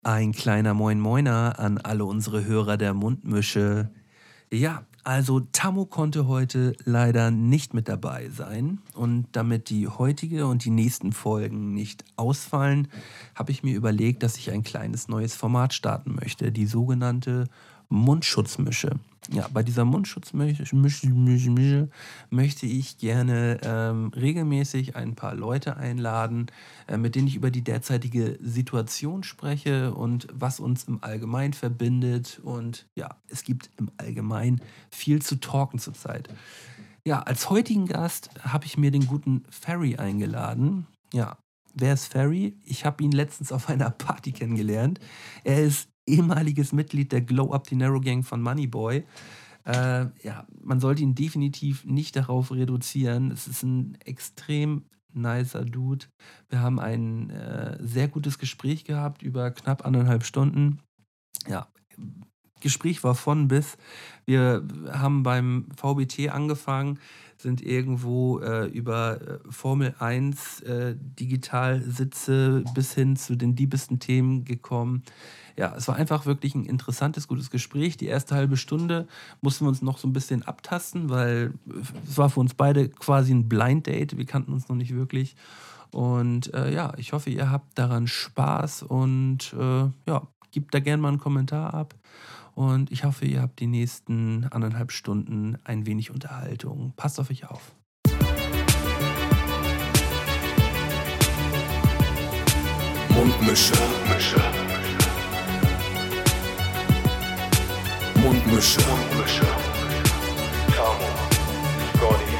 Ein kleiner Moin Moiner an alle unsere Hörer der Mundmische. Ja, also Tammo konnte heute leider nicht mit dabei sein. Und damit die heutige und die nächsten Folgen nicht ausfallen, habe ich mir überlegt, dass ich ein kleines neues Format starten möchte, die sogenannte Mundschutzmische. Ja, bei dieser Mundschutzmische möchte ich gerne regelmäßig ein paar Leute einladen, mit denen ich über die derzeitige Situation spreche und was uns im Allgemeinen verbindet. Und ja, es gibt im Allgemeinen viel zu talken zurzeit. Ja, als heutigen Gast habe ich mir den guten Ferry eingeladen. Ja, wer ist Ferry? Ich habe ihn letztens auf einer Party kennengelernt. Er ist ehemaliges Mitglied der Glow Up Dinero Gang von Moneyboy. Ja, man sollte ihn definitiv nicht darauf reduzieren. Es ist ein extrem nicer Dude. Wir haben ein sehr gutes Gespräch gehabt über knapp 1,5 Stunden. Ja, Gespräch war von bis. Wir haben beim VBT angefangen, sind irgendwo über Formel 1 Digitalsitze bis hin zu den liebsten Themen gekommen. Ja, es war einfach wirklich ein interessantes, gutes Gespräch. Die erste halbe Stunde mussten wir uns noch so ein bisschen abtasten, weil es war für uns beide quasi ein Blind Date. Wir kannten uns noch nicht wirklich. Und ja, ich hoffe, ihr habt daran Spaß und ja, gebt da gerne mal einen Kommentar ab. Und ich hoffe, ihr habt die nächsten 1,5 Stunden ein wenig Unterhaltung. Passt auf euch auf. Mundmische. Tammo, Scotty.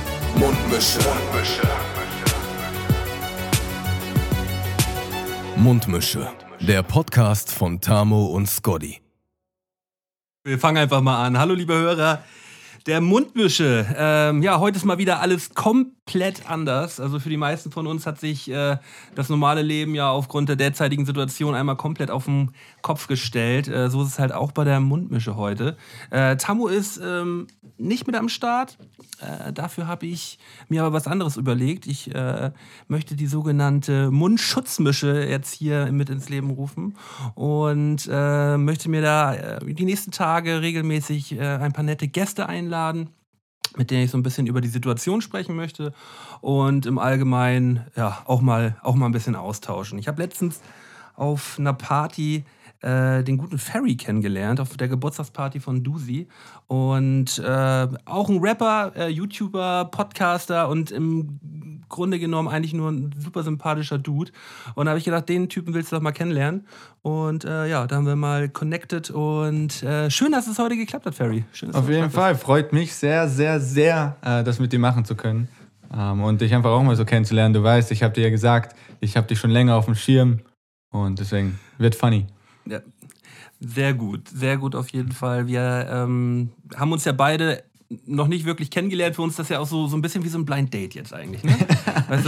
Mundmische. Der Podcast von Tammo und Scotty. Wir fangen einfach mal an. Hallo, liebe Hörer der Mundmische. Ja, heute ist mal wieder alles komplett anders. Also für die meisten von uns hat sich das normale Leben ja aufgrund der derzeitigen Situation einmal komplett auf den Kopf gestellt. So ist es halt auch bei der Mundmische heute. Tammo ist nicht mit am Start. Dafür habe ich mir aber was anderes überlegt. Ich möchte die sogenannte Mundschutzmische jetzt hier mit ins Leben rufen und möchte mir da die nächsten Tage regelmäßig ein paar nette Gäste einladen, mit denen ich so ein bisschen über die Situation sprechen möchte und im Allgemeinen ja auch mal ein bisschen austauschen. Ich habe letztens auf einer Party den guten Ferry kennengelernt, auf der Geburtstagsparty von Dusi. Und auch ein Rapper, YouTuber, Podcaster und im Grunde genommen eigentlich nur ein super sympathischer Dude. Und da habe ich gedacht, den Typen willst du doch mal kennenlernen. Und ja, da haben wir mal connected. Und schön, dass es heute geklappt hat, Ferry. Schön, dass auf jeden Fall. Freut mich sehr, sehr, sehr, das mit dir machen zu können. Und dich einfach auch mal so kennenzulernen. Du weißt, ich habe dir ja gesagt, ich habe dich schon länger auf dem Schirm. Und deswegen wird funny. Ja, sehr gut auf jeden Fall. Wir haben uns ja beide noch nicht wirklich kennengelernt. Für uns das ja auch so ein bisschen wie so ein Blind Date jetzt eigentlich. Ne? Weißt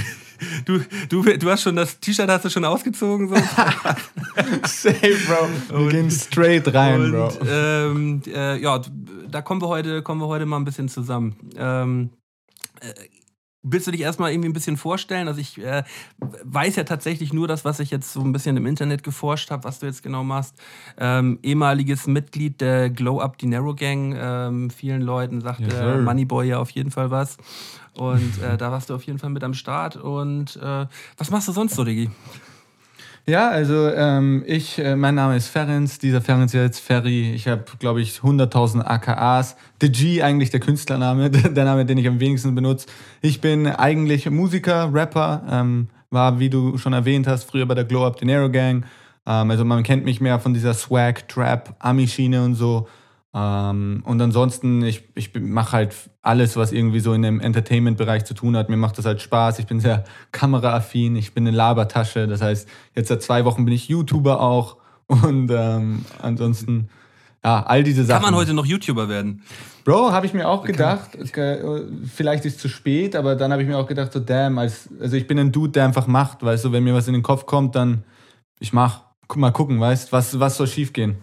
du hast schon das T-Shirt hast du schon ausgezogen. So. Safe, Bro. Wir gehen straight rein, Bro. Ja, da kommen wir heute mal ein bisschen zusammen. Willst du dich erstmal irgendwie ein bisschen vorstellen? Also ich weiß ja tatsächlich nur das, was ich jetzt so ein bisschen im Internet geforscht habe, was du jetzt genau machst. Ehemaliges Mitglied der Glow Up Dinero Gang. Vielen Leuten sagt Moneyboy ja auf jeden Fall was. Und da warst du auf jeden Fall mit am Start. Und was machst du sonst so, Diggi? Ja, also mein Name ist Ferenc, dieser Ferenc jetzt Ferry. Ich habe, glaube ich, 100.000 AKAs. The G eigentlich der Künstlername, der Name, den ich am wenigsten benutze. Ich bin eigentlich Musiker, Rapper, war, wie du schon erwähnt hast, früher bei der Glow Up Dinero Gang. Also man kennt mich mehr von dieser Swag, Trap, Ami-Schiene und so. Und ansonsten, ich mache halt alles, was irgendwie so in dem Entertainment-Bereich zu tun hat. Mir macht das halt Spaß. Ich bin sehr kameraaffin. Ich bin eine Labertasche. Das heißt, jetzt seit 2 Wochen bin ich YouTuber auch. Und ansonsten, ja, all diese Sachen. Kann man heute noch YouTuber werden? Bro, habe ich mir auch gedacht. Vielleicht ist es zu spät, aber dann habe ich mir auch gedacht, so damn, also ich bin ein Dude, der einfach macht. Weißt du, wenn mir was in den Kopf kommt, dann mal gucken, weißt du, was soll schief gehen.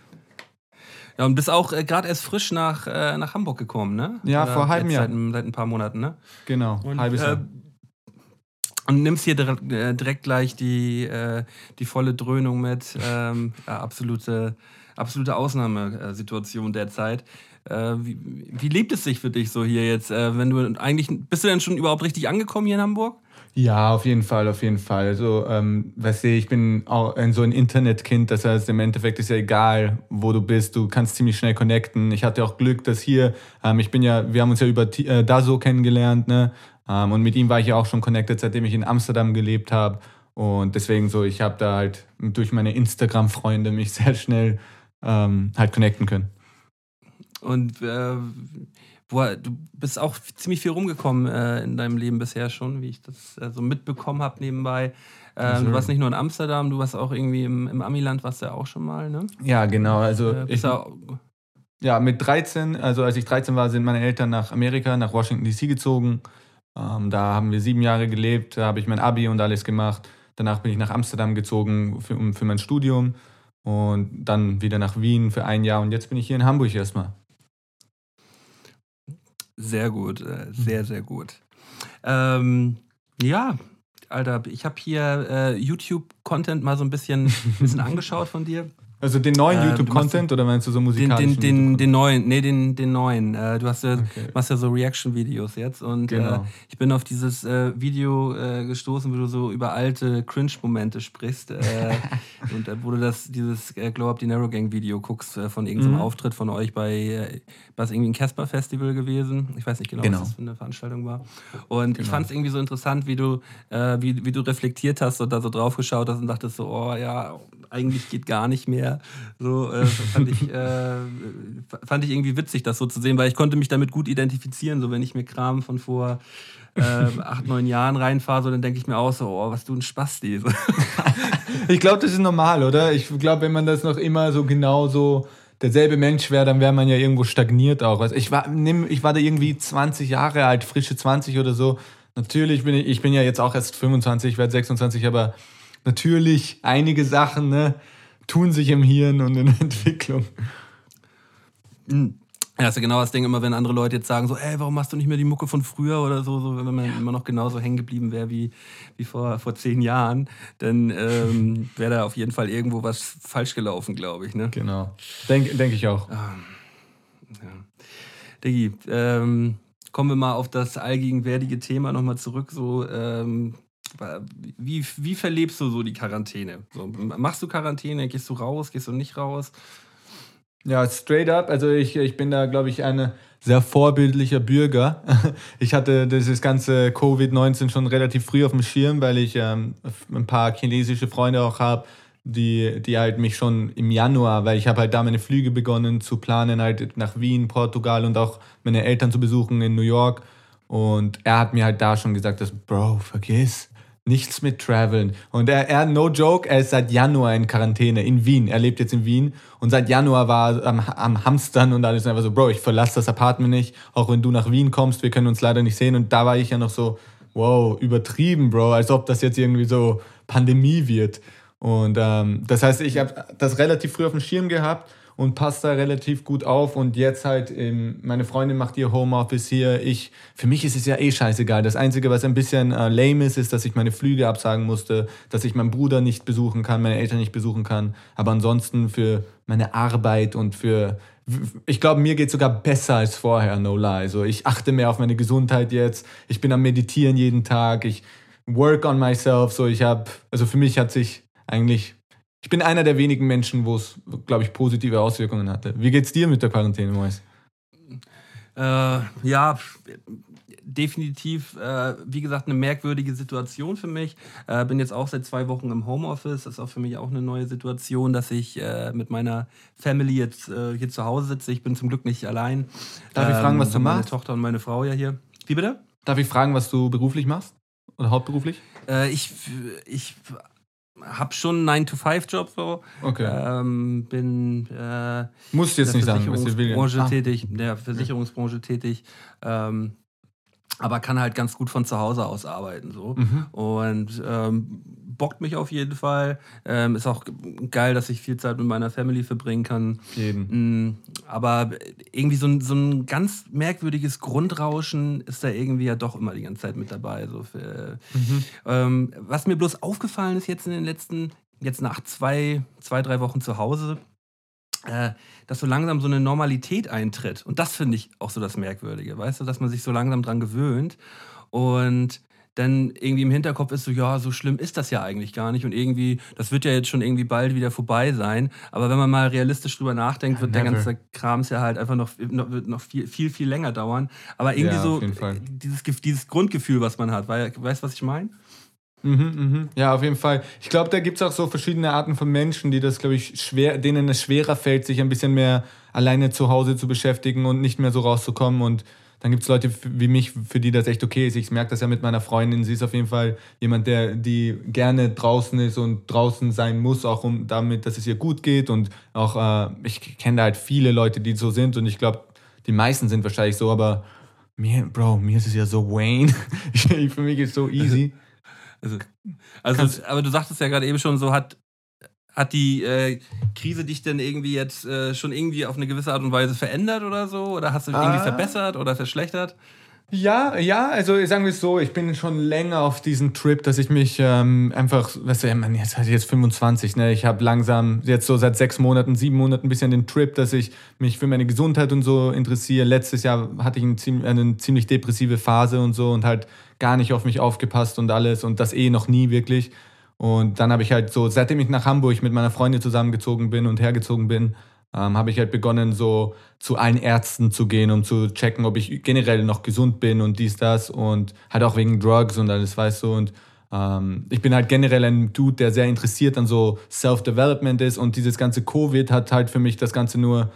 Ja, und bist auch gerade erst frisch nach Hamburg gekommen, ne? Ja, vor halbem Jahr. Seit ein paar Monaten, ne? Genau, und, halbes Jahr. Und nimmst hier direkt gleich die volle Dröhnung mit. Absolute Ausnahmesituation derzeit. Wie lebt es sich für dich so hier jetzt? Bist du denn schon überhaupt richtig angekommen hier in Hamburg? Ja, auf jeden Fall, auf jeden Fall. Also, weißt du, ich bin auch so ein Internetkind, das heißt, im Endeffekt ist ja egal, wo du bist, du kannst ziemlich schnell connecten. Ich hatte auch Glück, dass hier, wir haben uns ja über Dazo kennengelernt, ne? Und mit ihm war ich ja auch schon connected, seitdem ich in Amsterdam gelebt habe. Und deswegen so, ich habe da halt durch meine Instagram-Freunde mich sehr schnell halt connecten können. Und du bist auch ziemlich viel rumgekommen in deinem Leben bisher schon, wie ich das so mitbekommen habe nebenbei. Du warst nicht nur in Amsterdam, du warst auch irgendwie im Amiland, warst du ja auch schon mal, ne? Ja, genau. Also mit 13, also als ich 13 war, sind meine Eltern nach Amerika, nach Washington DC gezogen. Da haben wir 7 Jahre gelebt, da habe ich mein Abi und alles gemacht. Danach bin ich nach Amsterdam gezogen für mein Studium und dann wieder nach Wien für 1 Jahr und jetzt bin ich hier in Hamburg erstmal. Sehr gut, sehr, sehr gut. Ja, Alter, ich habe hier YouTube-Content mal so ein bisschen angeschaut von dir. Also den neuen YouTube-Content oder meinst du so musikalischen? Den neuen. Du machst ja so Reaction-Videos jetzt und genau. Ich bin auf dieses Video gestoßen, wo du so über alte Cringe-Momente sprichst und wo du dieses Glow Up the Narrow Gang-Video guckst von irgendeinem Auftritt von euch bei was irgendwie ein Casper-Festival gewesen. Ich weiß nicht genau, was das für eine Veranstaltung war. Und ich fand es irgendwie so interessant, wie du reflektiert hast und da so drauf geschaut hast und dachtest so, oh ja, eigentlich geht gar nicht mehr. So fand ich irgendwie witzig, das so zu sehen, weil ich konnte mich damit gut identifizieren. So wenn ich mir Kram von vor 8, 9 Jahren reinfahre, so, dann denke ich mir auch so, oh, was du ein Spasti. Ich glaube, das ist normal, oder? Ich glaube, wenn man das noch immer so genau so derselbe Mensch wäre, dann wäre man ja irgendwo stagniert auch. Also ich war da irgendwie 20 Jahre alt, frische 20 oder so. Natürlich ich bin ja jetzt auch erst 25, ich werde 26, aber natürlich einige Sachen, ne, tun sich im Hirn und in der Entwicklung. Ja, das ist ja genau das Ding, immer wenn andere Leute jetzt sagen so, ey, warum machst du nicht mehr die Mucke von früher oder so wenn man immer noch genauso hängen geblieben wäre wie vor 10 Jahren, dann wäre da auf jeden Fall irgendwo was falsch gelaufen, glaube ich. Ne? Genau, denk ich auch. Ja. Diggi, kommen wir mal auf das allgegenwärtige Thema nochmal zurück, so wie verlebst du so die Quarantäne? So, machst du Quarantäne? Gehst du raus? Gehst du nicht raus? Ja, straight up. Also ich bin da, glaube ich, ein sehr vorbildlicher Bürger. Ich hatte dieses ganze Covid-19 schon relativ früh auf dem Schirm, weil ich ein paar chinesische Freunde auch habe, die halt mich schon im Januar, weil ich habe halt da meine Flüge begonnen zu planen, halt nach Wien, Portugal und auch meine Eltern zu besuchen in New York. Und er hat mir halt da schon gesagt, dass, Bro, vergiss nichts mit Traveln. Und er, no joke, er ist seit Januar in Quarantäne in Wien. Er lebt jetzt in Wien und seit Januar war er am Hamstern und alles einfach so, Bro, ich verlasse das Apartment nicht, auch wenn du nach Wien kommst, wir können uns leider nicht sehen. Und da war ich ja noch so, wow, übertrieben, Bro, als ob das jetzt irgendwie so Pandemie wird. Und das heißt, ich habe das relativ früh auf dem Schirm gehabt und passt da relativ gut auf. Und jetzt halt, meine Freundin macht ihr Homeoffice hier. Für mich ist es ja eh scheißegal. Das Einzige, was ein bisschen lame ist, dass ich meine Flüge absagen musste, dass ich meinen Bruder nicht besuchen kann, meine Eltern nicht besuchen kann. Aber ansonsten für meine Arbeit und ich glaube, mir geht es sogar besser als vorher, no lie. Also ich achte mehr auf meine Gesundheit jetzt. Ich bin am Meditieren jeden Tag. Ich work on myself. Also für mich hat sich eigentlich... Ich bin einer der wenigen Menschen, wo es, glaube ich, positive Auswirkungen hatte. Wie geht's dir mit der Quarantäne, Mois? Ja, definitiv, wie gesagt, eine merkwürdige Situation für mich. Bin jetzt auch seit 2 Wochen im Homeoffice. Das ist auch für mich auch eine neue Situation, dass ich mit meiner Family jetzt hier zu Hause sitze. Ich bin zum Glück nicht allein. Darf ich fragen, was du machst? Meine Tochter und meine Frau ja hier. Wie bitte? Darf ich fragen, was du beruflich machst? Oder hauptberuflich? Ich habe schon einen 9-to-5-Job so. Okay. Bin musst jetzt nicht sagen, Versicherungsbranche tätig. aber kann halt ganz gut von zu Hause aus arbeiten. So. Und bockt mich auf jeden Fall. Ist auch geil, dass ich viel Zeit mit meiner Family verbringen kann. Aber irgendwie so ein ganz merkwürdiges Grundrauschen ist da irgendwie ja doch immer die ganze Zeit mit dabei. So was mir bloß aufgefallen ist jetzt in den letzten, jetzt nach 3 Wochen zu Hause, dass so langsam so eine Normalität eintritt. Und das finde ich auch so das Merkwürdige, weißt du, dass man sich so langsam dran gewöhnt und dann irgendwie im Hinterkopf ist so, ja, so schlimm ist das ja eigentlich gar nicht und irgendwie, das wird ja jetzt schon irgendwie bald wieder vorbei sein, aber wenn man mal realistisch drüber nachdenkt, wird der ganze Krams ja halt einfach noch viel, viel, viel länger dauern, aber irgendwie so dieses Grundgefühl, was man hat, weißt du, was ich meine? Ja, auf jeden Fall. Ich glaube, da gibt es auch so verschiedene Arten von Menschen, die das, glaube ich, denen es schwerer fällt, sich ein bisschen mehr alleine zu Hause zu beschäftigen und nicht mehr so rauszukommen. Und dann gibt es Leute wie mich, für die das echt okay ist. Ich merke das ja mit meiner Freundin. Sie ist auf jeden Fall jemand, die gerne draußen ist und draußen sein muss, auch damit, dass es ihr gut geht. Und auch, ich kenne da halt viele Leute, die so sind. Und ich glaube, die meisten sind wahrscheinlich so. Aber mir ist es ja so Wayne. Für mich ist es so easy. Aber du sagtest ja gerade eben schon, so hat die Krise dich denn irgendwie jetzt schon irgendwie auf eine gewisse Art und Weise verändert oder so? Oder hast du irgendwie verbessert oder verschlechtert? Ja, also sagen wir es so, ich bin schon länger auf diesem Trip, dass ich mich einfach, weißt du, man, jetzt hatte ich jetzt 25, ne? Ich habe langsam jetzt so seit 6 Monaten, 7 Monaten ein bisschen den Trip, dass ich mich für meine Gesundheit und so interessiere. Letztes Jahr hatte ich eine ziemlich depressive Phase und so und halt gar nicht auf mich aufgepasst und alles und das noch nie wirklich. Und dann habe ich halt so, seitdem ich nach Hamburg mit meiner Freundin zusammengezogen bin und hergezogen bin, habe ich halt begonnen, so zu allen Ärzten zu gehen, um zu checken, ob ich generell noch gesund bin und dies, das und halt auch wegen Drugs und alles, weißt du. Und ich bin halt generell ein Dude, der sehr interessiert an so Self-Development ist und dieses ganze Covid hat halt für mich das Ganze nur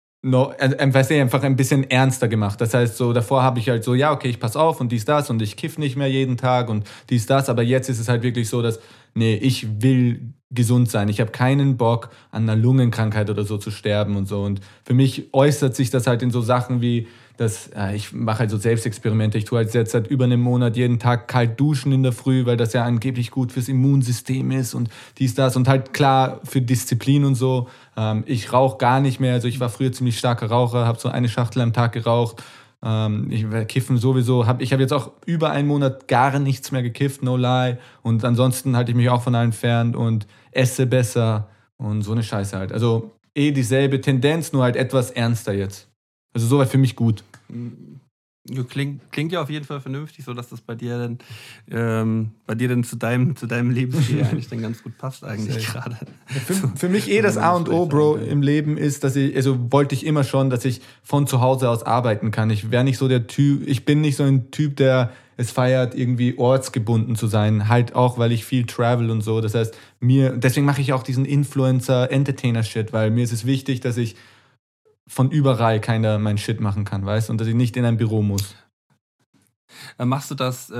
einfach ein bisschen ernster gemacht. Das heißt, so davor habe ich halt so, ja, okay, ich pass auf und dies, das und ich kiff nicht mehr jeden Tag und dies, das, aber jetzt ist es halt wirklich so, dass, nee, ich will gesund sein. Ich habe keinen Bock, an einer Lungenkrankheit oder so zu sterben und so. Und für mich äußert sich das halt in so Sachen wie, dass ich mache halt so Selbstexperimente. Ich tue halt jetzt seit über einem Monat jeden Tag kalt duschen in der Früh, weil das ja angeblich gut fürs Immunsystem ist und dies, das. Und halt klar für Disziplin und so. Ich rauche gar nicht mehr. Also ich war früher ziemlich starker Raucher, habe so eine Schachtel am Tag geraucht. Ich kiffen sowieso. Ich habe jetzt auch über einen Monat gar nichts mehr gekifft, no lie. Und ansonsten halte ich mich auch von allen fern und esse besser und so eine Scheiße halt. Also dieselbe Tendenz, nur halt etwas ernster jetzt. Also soweit für mich gut. Klingt ja auf jeden Fall vernünftig, so dass das bei dir dann zu deinem Lebensstil eigentlich dann ganz gut passt eigentlich gerade. Für mich das A und O, Bro, im Leben ist, dass wollte ich immer schon, dass ich von zu Hause aus arbeiten kann. Ich bin nicht so ein Typ, der es feiert, irgendwie ortsgebunden zu sein. Halt auch, weil ich viel travel und so. Das heißt, deswegen mache ich auch diesen Influencer-Entertainer-Shit, weil mir ist es wichtig, dass ich von überall keiner mein Shit machen kann, weißt? Und dass ich nicht in ein Büro muss. Machst du das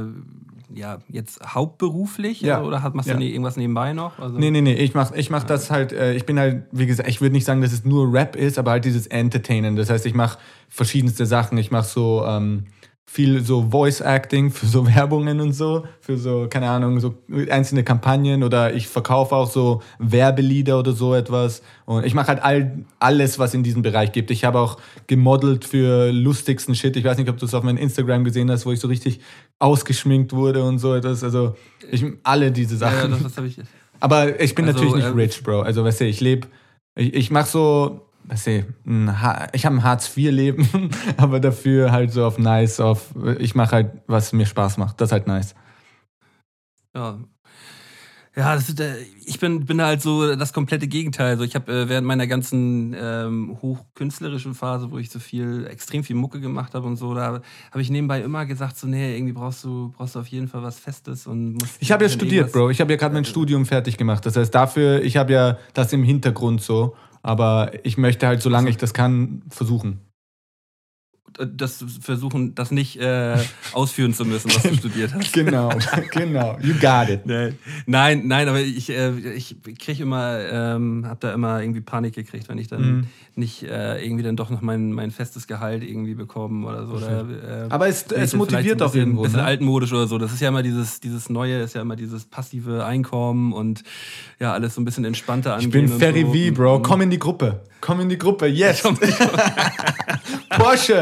jetzt hauptberuflich? Ja. Oder machst du irgendwas nebenbei noch? Also, Nee. Ich mach das halt, ich bin halt, wie gesagt, ich würde nicht sagen, dass es nur Rap ist, aber halt dieses Entertainen. Das heißt, ich mache verschiedenste Sachen. Ich mache so viel so Voice-Acting für so Werbungen und so, für so, keine Ahnung, so einzelne Kampagnen oder ich verkaufe auch so Werbelieder oder so etwas und ich mache halt alles, was in diesem Bereich gibt. Ich habe auch gemodelt für lustigsten Shit. Ich weiß nicht, ob du es auf meinem Instagram gesehen hast, wo ich so richtig ausgeschminkt wurde und so etwas. Also alle diese Sachen. Ja, das habe ich. Aber ich bin natürlich nicht rich, Bro. Also weißt du, ich mache so, ich habe ein Hartz-IV-Leben, aber dafür halt so ich mache halt, was mir Spaß macht. Das ist halt nice. Ja, ich bin halt so das komplette Gegenteil. Also ich habe während meiner ganzen hochkünstlerischen Phase, wo ich extrem viel Mucke gemacht habe und so, da habe ich nebenbei immer gesagt, so nee, irgendwie brauchst du auf jeden Fall was Festes und ich habe ja studiert, Bro. Ich habe ja gerade mein Studium fertig gemacht. Das heißt, ich habe ja das im Hintergrund so. Aber ich möchte halt, solange ich das kann, versuchen. das versuchen, das nicht ausführen zu müssen, was du studiert hast. Genau. You got it. Nein, aber ich kriege immer, habe da immer irgendwie Panik gekriegt, wenn ich dann nicht irgendwie dann doch noch mein festes Gehalt irgendwie bekomme oder so. Aber es motiviert auch irgendwo. Ein bisschen ne? altmodisch oder so. Das ist ja immer dieses Neue, ist ja immer dieses passive Einkommen und ja, alles so ein bisschen entspannter angehen. Ich bin Ferry so. V, Bro. Komm in die Gruppe, jetzt. Porsche.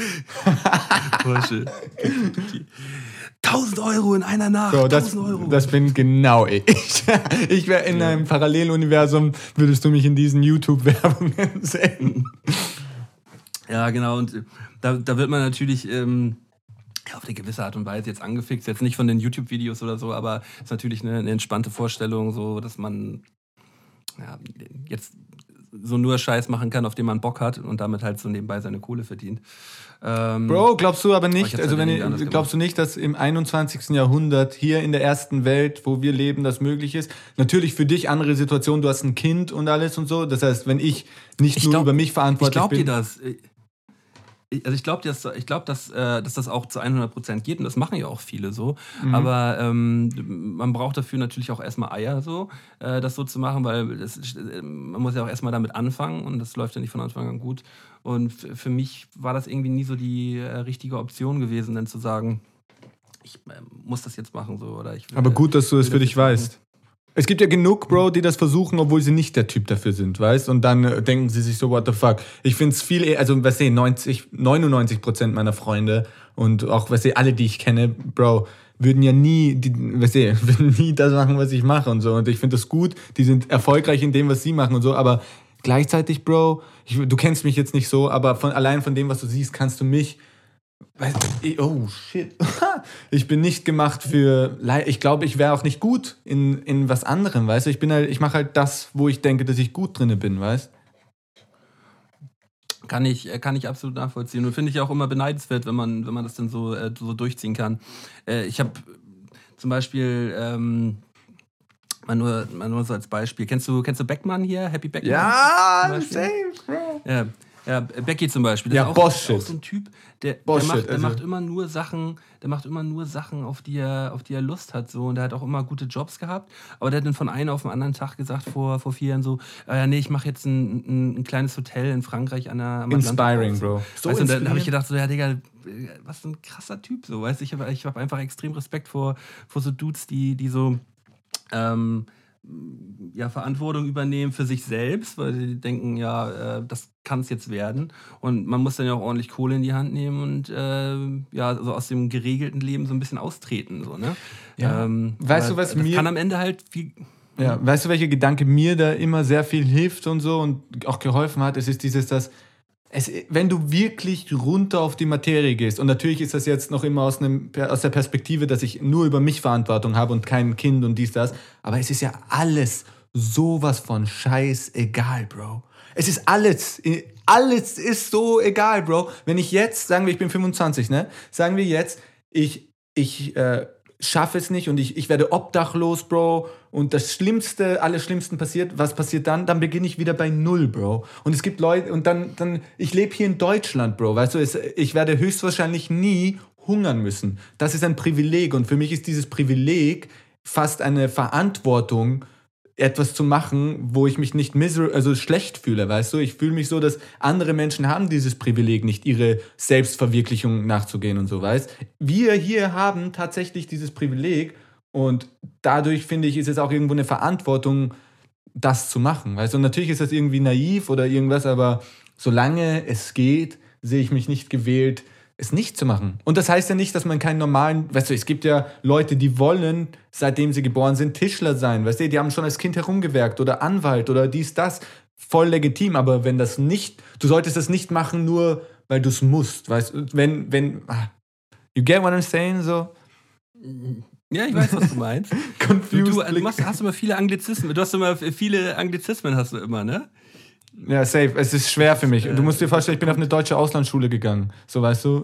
1.000 Euro in einer Nacht. Bro, 1.000 Euro. das bin genau ich. Ich wäre in einem Paralleluniversum, würdest du mich in diesen YouTube-Werbungen sehen. Ja, genau. Und da wird man natürlich auf eine gewisse Art und Weise jetzt angefixt. Jetzt nicht von den YouTube-Videos oder so, aber es ist natürlich eine entspannte Vorstellung, so dass man jetzt so nur Scheiß machen kann, auf den man Bock hat und damit halt so nebenbei seine Kohle verdient. Bro, glaubst du aber nicht, halt glaubst du nicht, dass im 21. Jahrhundert hier in der ersten Welt, wo wir leben, das möglich ist? Natürlich für dich andere Situation, du hast ein Kind und alles und so. Das heißt, wenn ich nicht nur über mich verantwortlich bin. Ich glaube dir das. Also ich glaube, dass das auch zu 100% geht und das machen ja auch viele so. Aber man braucht dafür natürlich auch erstmal Eier, so das so zu machen, weil man muss ja auch erstmal damit anfangen und das läuft ja nicht von Anfang an gut. Und für mich war das irgendwie nie so die richtige Option gewesen, dann zu sagen, ich muss das jetzt machen. So, oder ich will, aber gut, dass du es für dich weißt. Es gibt ja genug, Bro, die das versuchen, obwohl sie nicht der Typ dafür sind, weißt? Und dann denken sie sich so, what the fuck. Ich find's viel eher, also, 99% meiner Freunde und auch, alle, die ich kenne, Bro, würden ja nie, würden nie das machen, was ich mache und so. Und ich finde das gut, die sind erfolgreich in dem, was sie machen und so, aber gleichzeitig, Bro, du kennst mich jetzt nicht so, aber allein von dem, was du siehst, kannst du mich. Oh shit. Ich bin nicht gemacht für. Ich glaube, ich wäre auch nicht gut in was anderem, weißt du? Ich mache halt das, wo ich denke, dass ich gut drin bin, weißt du? Kann ich absolut nachvollziehen. Und finde ich auch immer beneidenswert, wenn man das dann so durchziehen kann. Ich habe zum Beispiel. Mal nur so als Beispiel. Kennst du Beckmann hier? Happy Beckmann? Ja, safe, Bro. Ja, Becky zum Beispiel. Ja, Boss-Shit. Auch so ein Typ, der macht immer nur Sachen, auf die er Lust hat. So. Und der hat auch immer gute Jobs gehabt. Aber der hat dann von einem auf den anderen Tag gesagt, vor 4 Jahren so, ich mache jetzt ein kleines Hotel in Frankreich am Inspiring, Bro. So weißt, und dann habe ich gedacht, so, ja, Digga, was ein krasser Typ. So, weißt, ich hab einfach extrem Respekt vor so Dudes, die so Verantwortung übernehmen für sich selbst, weil sie denken, das kann es jetzt werden. Und man muss dann ja auch ordentlich Kohle in die Hand nehmen und so aus dem geregelten Leben so ein bisschen austreten. So, ne? Ja. Weißt du, was das mir... kann am Ende halt viel... Ja, weißt du, welcher Gedanke mir da immer sehr viel hilft und so und auch geholfen hat? Es ist dieses, wenn du wirklich runter auf die Materie gehst, und natürlich ist das jetzt noch immer aus der Perspektive, dass ich nur über mich Verantwortung habe und kein Kind und dies, das, aber es ist ja alles sowas von scheißegal, Bro. Es ist alles ist so egal, Bro. Wenn ich jetzt, sagen wir, ich bin 25, ne? Sagen wir jetzt, ich schaffe es nicht und ich werde obdachlos, Bro, und das Allerschlimmste passiert, was passiert dann? Dann beginne ich wieder bei Null, Bro. Und es gibt Leute, und dann ich lebe hier in Deutschland, Bro, weißt du, ich werde höchstwahrscheinlich nie hungern müssen. Das ist ein Privileg und für mich ist dieses Privileg fast eine Verantwortung, etwas zu machen, wo ich mich nicht schlecht fühle, weißt du? Ich fühle mich so, dass andere Menschen haben dieses Privileg nicht, ihre Selbstverwirklichung nachzugehen und so, weißt? Wir hier haben tatsächlich dieses Privileg und dadurch, finde ich, ist es auch irgendwo eine Verantwortung, das zu machen, weißt du? Und natürlich ist das irgendwie naiv oder irgendwas, aber solange es geht, sehe ich mich nicht gewählt, es nicht zu machen. Und das heißt ja nicht, dass man keinen normalen, weißt du, es gibt ja Leute, die wollen, seitdem sie geboren sind, Tischler sein, weißt du, die haben schon als Kind herumgewerkt oder Anwalt oder dies, das, voll legitim, aber wenn das nicht, du solltest das nicht machen, nur weil du es musst, weißt du, you get what I'm saying, so? Ja, ich weiß, was du meinst. Du hast immer viele Anglizismen, hast du immer, ne? Ja, safe. Es ist schwer für mich. Du musst dir vorstellen, ich bin auf eine deutsche Auslandsschule gegangen. So, weißt du?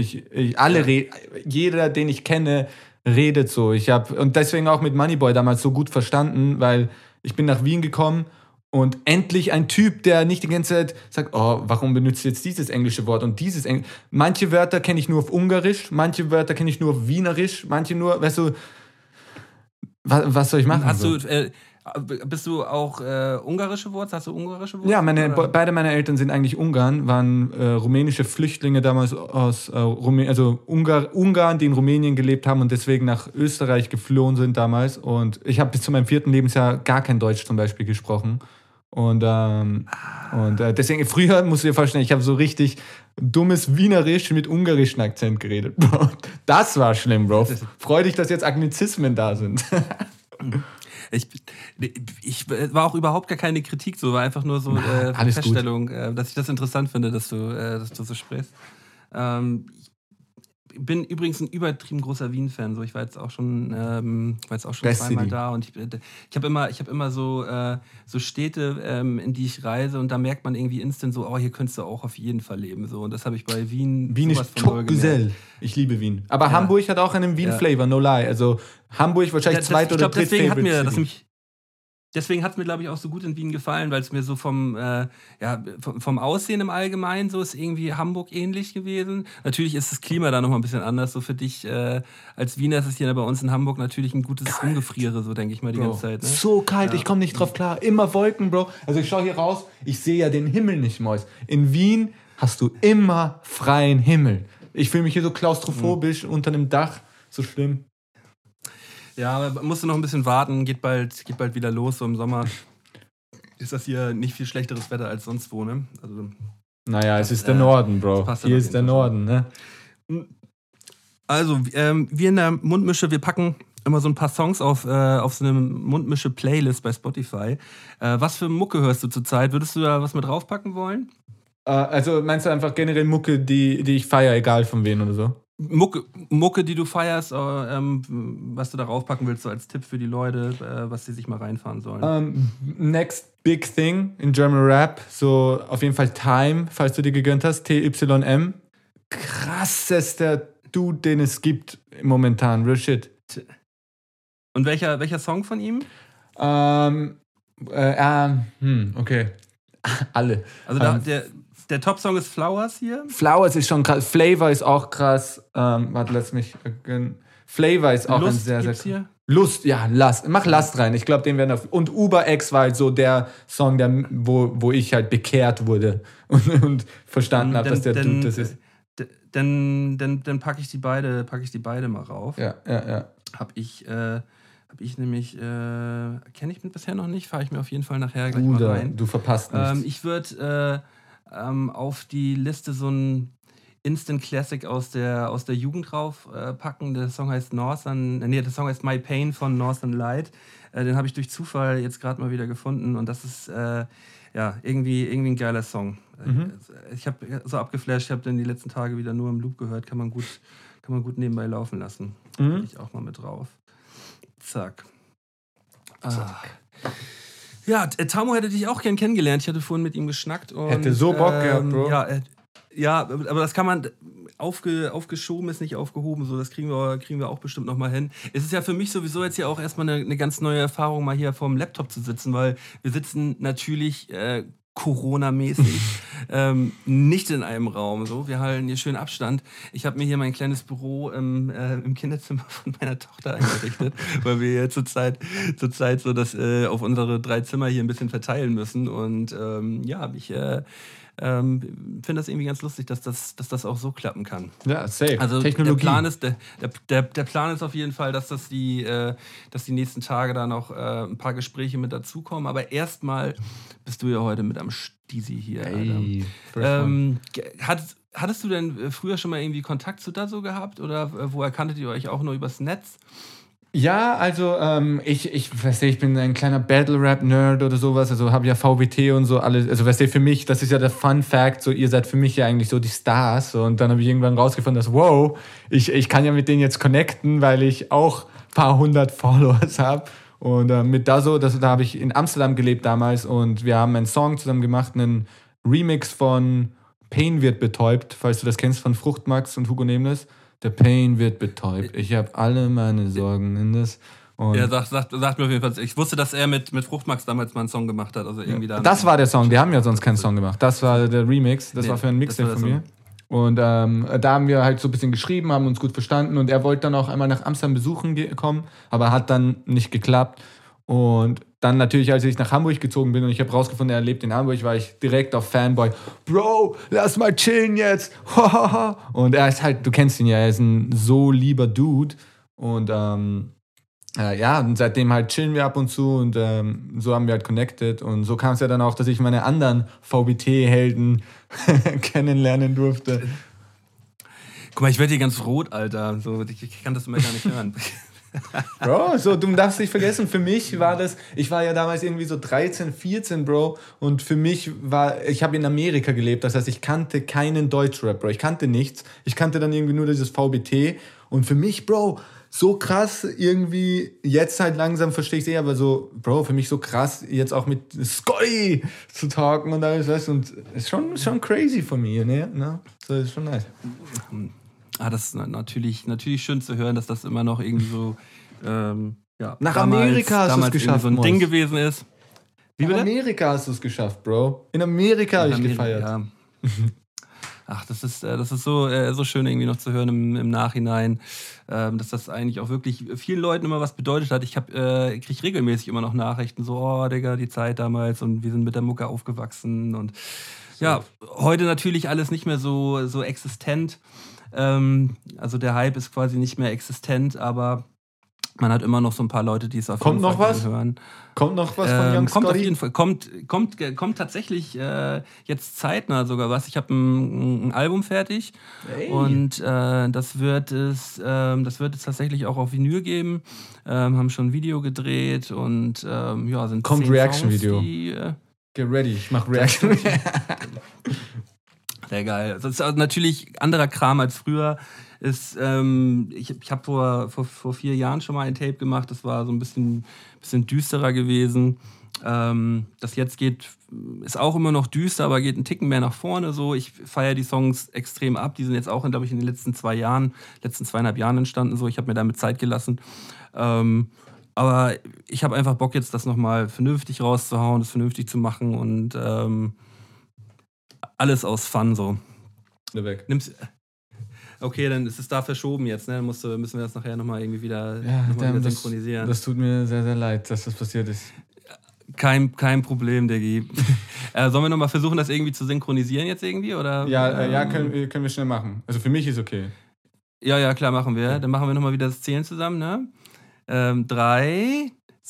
Jeder, den ich kenne, redet so. Und deswegen auch mit Moneyboy damals so gut verstanden, weil ich bin nach Wien gekommen Und endlich ein Typ, der nicht die ganze Zeit sagt, oh, warum benutzt du jetzt dieses englische Wort und dieses Englisch? Manche Wörter kenne ich nur auf Ungarisch, manche Wörter kenne ich nur auf Wienerisch, manche nur, weißt du, was soll ich machen? Bist du auch ungarische Wurzeln? Hast du ungarische Wurzeln? Ja, beide meine Eltern sind eigentlich Ungarn, waren rumänische Flüchtlinge damals aus Ungarn, die in Rumänien gelebt haben und deswegen nach Österreich geflohen sind damals. Und ich habe bis zu meinem 4. Lebensjahr gar kein Deutsch zum Beispiel gesprochen. Und deswegen, früher musst du dir vorstellen, ich habe so richtig dummes Wienerisch mit ungarischen Akzent geredet. Bro, das war schlimm, Bro. Freu dich, dass jetzt Anglizismen da sind. Ich war auch überhaupt gar keine Kritik, so war einfach nur so eine Feststellung, dass ich das interessant finde, dass du so sprichst. Ich bin übrigens ein übertrieben großer Wien-Fan. So, ich war jetzt auch schon zweimal da und ich habe immer so Städte, in die ich reise und da merkt man irgendwie instant so, oh, hier könntest du auch auf jeden Fall leben. So, und das habe ich bei Wien. Wien ist top-gesell. Ich liebe Wien. Aber ja. Hamburg hat auch einen Wien-Flavor, no lie. Also Hamburg wahrscheinlich zweit- oder dritt-Favorite. Deswegen hat es mir, glaube ich, auch so gut in Wien gefallen, weil es mir so vom Aussehen im Allgemeinen so ist irgendwie Hamburg ähnlich gewesen. Natürlich ist das Klima da nochmal ein bisschen anders. So für dich als Wiener ist es hier bei uns in Hamburg natürlich ein gutes Rumgefriere, so denke ich mal die ganze Zeit. Ne? So kalt, ich komme nicht drauf klar. Immer Wolken, Bro. Also ich schaue hier raus, ich sehe ja den Himmel nicht, Mäus. In Wien hast du immer freien Himmel. Ich fühle mich hier so klaustrophobisch unter einem Dach. So schlimm. Ja, aber musst du noch ein bisschen warten, geht bald wieder los, so im Sommer. Ist das hier nicht viel schlechteres Wetter als sonst wo, ne? Also, naja, es ist der Norden, Bro. Hier ist der Norden, ne? Also, wir in der Mundmische, wir packen immer so ein paar Songs auf so eine Mundmische-Playlist bei Spotify. Was für Mucke hörst du zurzeit? Würdest du da was mit draufpacken wollen? Also meinst du einfach generell Mucke, die ich feiere, egal von wem oder so? Mucke, die du feierst, was du darauf packen willst, so als Tipp für die Leute, was sie sich mal reinfahren sollen. Next Big Thing in German Rap, so auf jeden Fall Time, falls du dir gegönnt hast, TYM. Krassester Dude, den es gibt momentan, real shit. Und welcher Song von ihm? Okay. Alle. Also der Top-Song ist Flowers hier. Flowers ist schon krass. Flavor ist auch krass. Flavor ist auch Lust ein sehr, sehr krass. Hier? Lust, ja, Last. Mach Last rein. Ich glaube, den werden auf. Und Uber X war halt so der Song, wo ich halt bekehrt wurde und verstanden habe, dass der Dude das ist. Dann packe ich die beide mal rauf. Ja. Hab ich nämlich, kenne ich bisher noch nicht, fahre ich mir auf jeden Fall nachher gleich mal rein. Du verpasst nichts. Ich würde auf die Liste so ein Instant Classic aus der Jugend drauf packen. Der Song heißt My Pain von Northern Light. Den habe ich durch Zufall jetzt gerade mal wieder gefunden und das ist irgendwie ein geiler Song. Ich habe so abgeflasht, ich habe den die letzten Tage wieder nur im Loop gehört, kann man gut nebenbei laufen lassen. Ich auch mal mit drauf. Zack. Ja, Tamo hätte dich auch gern kennengelernt. Ich hatte vorhin mit ihm geschnackt. Und, hätte so Bock gehabt, Bro. Ja, aber das kann man... Aufgeschoben ist nicht aufgehoben, so das kriegen wir auch bestimmt noch mal hin. Es ist ja für mich sowieso jetzt ja auch erstmal eine ganz neue Erfahrung, mal hier vorm Laptop zu sitzen, weil wir sitzen natürlich Corona-mäßig nicht in einem Raum. So. Wir halten hier schön Abstand. Ich habe mir hier mein kleines Büro im Kinderzimmer von meiner Tochter eingerichtet, weil wir hier zurzeit so das auf unsere 3 Zimmer hier ein bisschen verteilen müssen. Und ich finde das irgendwie ganz lustig, dass das auch so klappen kann. Ja, safe. Also Technologie. Der Plan ist auf jeden Fall, dass die nächsten Tage da noch ein paar Gespräche mit dazukommen. Aber erstmal bist du ja heute mit am Stisi hier. Hey, hattest du denn früher schon mal irgendwie Kontakt zu Dasso gehabt? Oder woher kanntet ihr euch auch nur übers Netz? Ja, also ich bin ein kleiner Battle-Rap-Nerd oder sowas, also habe ja VBT und so alles, also für mich, das ist ja der Fun-Fact, so ihr seid für mich ja eigentlich so die Stars und dann habe ich irgendwann rausgefunden, dass ich kann ja mit denen jetzt connecten, weil ich auch ein paar 100 Followers habe und mit Dasso, da habe ich in Amsterdam gelebt damals und wir haben einen Song zusammen gemacht, einen Remix von Pain wird betäubt, falls du das kennst, von Fruchtmax und Hugo Nemles. Der Pain wird betäubt. Ich habe alle meine Sorgen in das Und Ja, sagt mir auf jeden Fall. Ich wusste, dass er mit Fruchtmax damals mal einen Song gemacht hat. Also irgendwie da. das war der Song, die haben ja sonst keinen Song gemacht. Das war der Remix, das war für ein Mixtape von mir. Und da haben wir halt so ein bisschen geschrieben, haben uns gut verstanden und er wollte dann auch einmal nach Amsterdam besuchen kommen, aber hat dann nicht geklappt. Und dann natürlich, als ich nach Hamburg gezogen bin und ich habe rausgefunden, er lebt in Hamburg, war ich direkt auf Fanboy. Bro, lass mal chillen jetzt. Und er ist halt, du kennst ihn ja, er ist ein so lieber Dude. Und und seitdem halt chillen wir ab und zu und so haben wir halt connected. Und so kam es ja dann auch, dass ich meine anderen VBT-Helden kennenlernen durfte. Guck mal, ich werde hier ganz rot, Alter. So, ich kann das immer gar nicht hören. Bro, so, du darfst nicht vergessen, für mich war das, ich war ja damals irgendwie so 13, 14, Bro, und für mich ich habe in Amerika gelebt, das heißt, ich kannte keinen Deutschrap, Bro, ich kannte nichts, ich kannte dann irgendwie nur dieses VBT und für mich, Bro, so krass irgendwie, jetzt halt langsam verstehe ich es aber so, Bro, für mich so krass, jetzt auch mit Scotty zu talken und alles, weißt du, und ist schon crazy von mir, ne? So, ist schon nice. Das ist natürlich schön zu hören, dass das immer noch irgendwie so nach Amerika hast du es geschafft, so ein Ding gewesen ist. Wie bitte? In Amerika hast du es geschafft, Bro. In Amerika habe ich gefeiert. Ja. Ach, das ist so schön irgendwie noch zu hören im Nachhinein, dass das eigentlich auch wirklich vielen Leuten immer was bedeutet hat. Ich kriege regelmäßig immer noch Nachrichten, so, oh Digga, die Zeit damals und wir sind mit der Mucke aufgewachsen und ja, heute natürlich alles nicht mehr so existent. Also der Hype ist quasi nicht mehr existent, aber man hat immer noch so ein paar Leute, die es auf jeden Fall hören. Kommt noch was von Young Scotty? Kommt auf jeden Fall. Kommt tatsächlich jetzt zeitnah sogar was. Ich habe ein Album fertig und das wird es tatsächlich auch auf Vinyl geben. Haben schon ein Video gedreht und sind kommt Reaction-Video. Get ready, ich mach Reaction. Sehr geil. Das ist natürlich anderer Kram als früher. Ich habe vor 4 Jahren schon mal ein Tape gemacht. Das war so ein bisschen düsterer gewesen. Das jetzt ist auch immer noch düster, aber geht einen Ticken mehr nach vorne. So. Ich feiere die Songs extrem ab. Die sind jetzt auch, glaube ich, in den letzten 2,5 Jahren entstanden. So. Ich habe mir damit Zeit gelassen. Aber ich habe einfach Bock, jetzt das nochmal vernünftig rauszuhauen, das vernünftig zu machen und alles aus Fun so. Weg. Okay, dann ist es da verschoben jetzt, ne? Dann müssen wir das nachher nochmal irgendwie wieder synchronisieren. Das tut mir sehr, sehr leid, dass das passiert ist. Kein Problem, Diggi. Sollen wir nochmal versuchen, das irgendwie zu synchronisieren jetzt irgendwie? Oder? Ja, können wir schnell machen. Also für mich ist okay. Ja, klar, machen wir. Dann machen wir nochmal wieder das Zählen zusammen, ne? 3,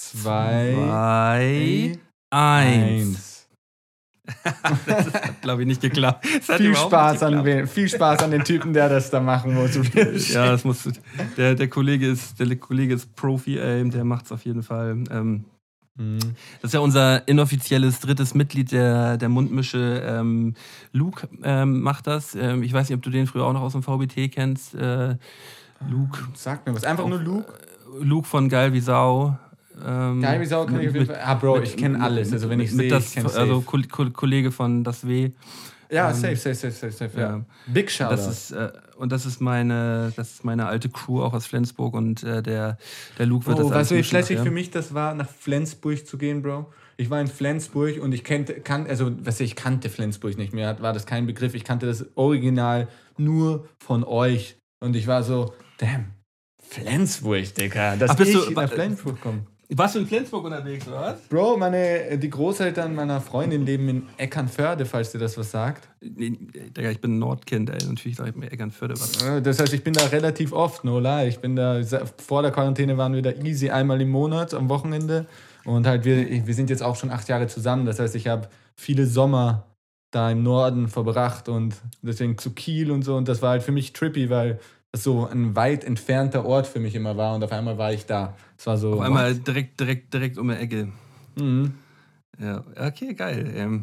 2, 1. Das hat, glaube ich, nicht geklappt. Viel Spaß an den Typen, der das da machen muss. Ja, das muss. Der Kollege ist Profi, der macht's auf jeden Fall. Das ist ja unser inoffizielles 3. Mitglied der Mundmische. Luke macht das. Ich weiß nicht, ob du den früher auch noch aus dem VBT kennst. Luke. Sag mir was. Einfach nur Luke? Luke von Geil wie Sau. Geil wie Sau kann ich auf jeden Fall. Bro, ich kenne alles. Also wenn ich sehe, ich kenne also Kollege von Das W. Ja, safe. Ja. Big Shoutout. Das ist meine alte Crew auch aus Flensburg und der Luke wird das alles mischen. Weißt du, wie schlecht für mich das war, nach Flensburg zu gehen, Bro? Ich war in Flensburg und ich kannte Flensburg nicht mehr, war das kein Begriff. Ich kannte das Original nur von euch. Und ich war so, damn, Flensburg, Digga, dass ich nach Flensburg komme. Warst du in Flensburg unterwegs, oder was? Bro, die Großeltern meiner Freundin leben in Eckernförde, falls dir das was sagt. Digga, ich bin ein Nordkind, ey. Natürlich sage ich mir Eckernförde was. Das heißt, ich bin da relativ oft, no lie. Ich bin da, vor der Quarantäne waren wir da easy einmal im Monat am Wochenende. Und halt, wir sind jetzt auch schon 8 Jahre zusammen. Das heißt, ich habe viele Sommer da im Norden verbracht und deswegen zu Kiel und so. Und das war halt für mich trippy, weil das so ein weit entfernter Ort für mich immer war und auf einmal war ich da. Es war so. Auf einmal direkt um die Ecke. Mhm. Ja, okay, geil.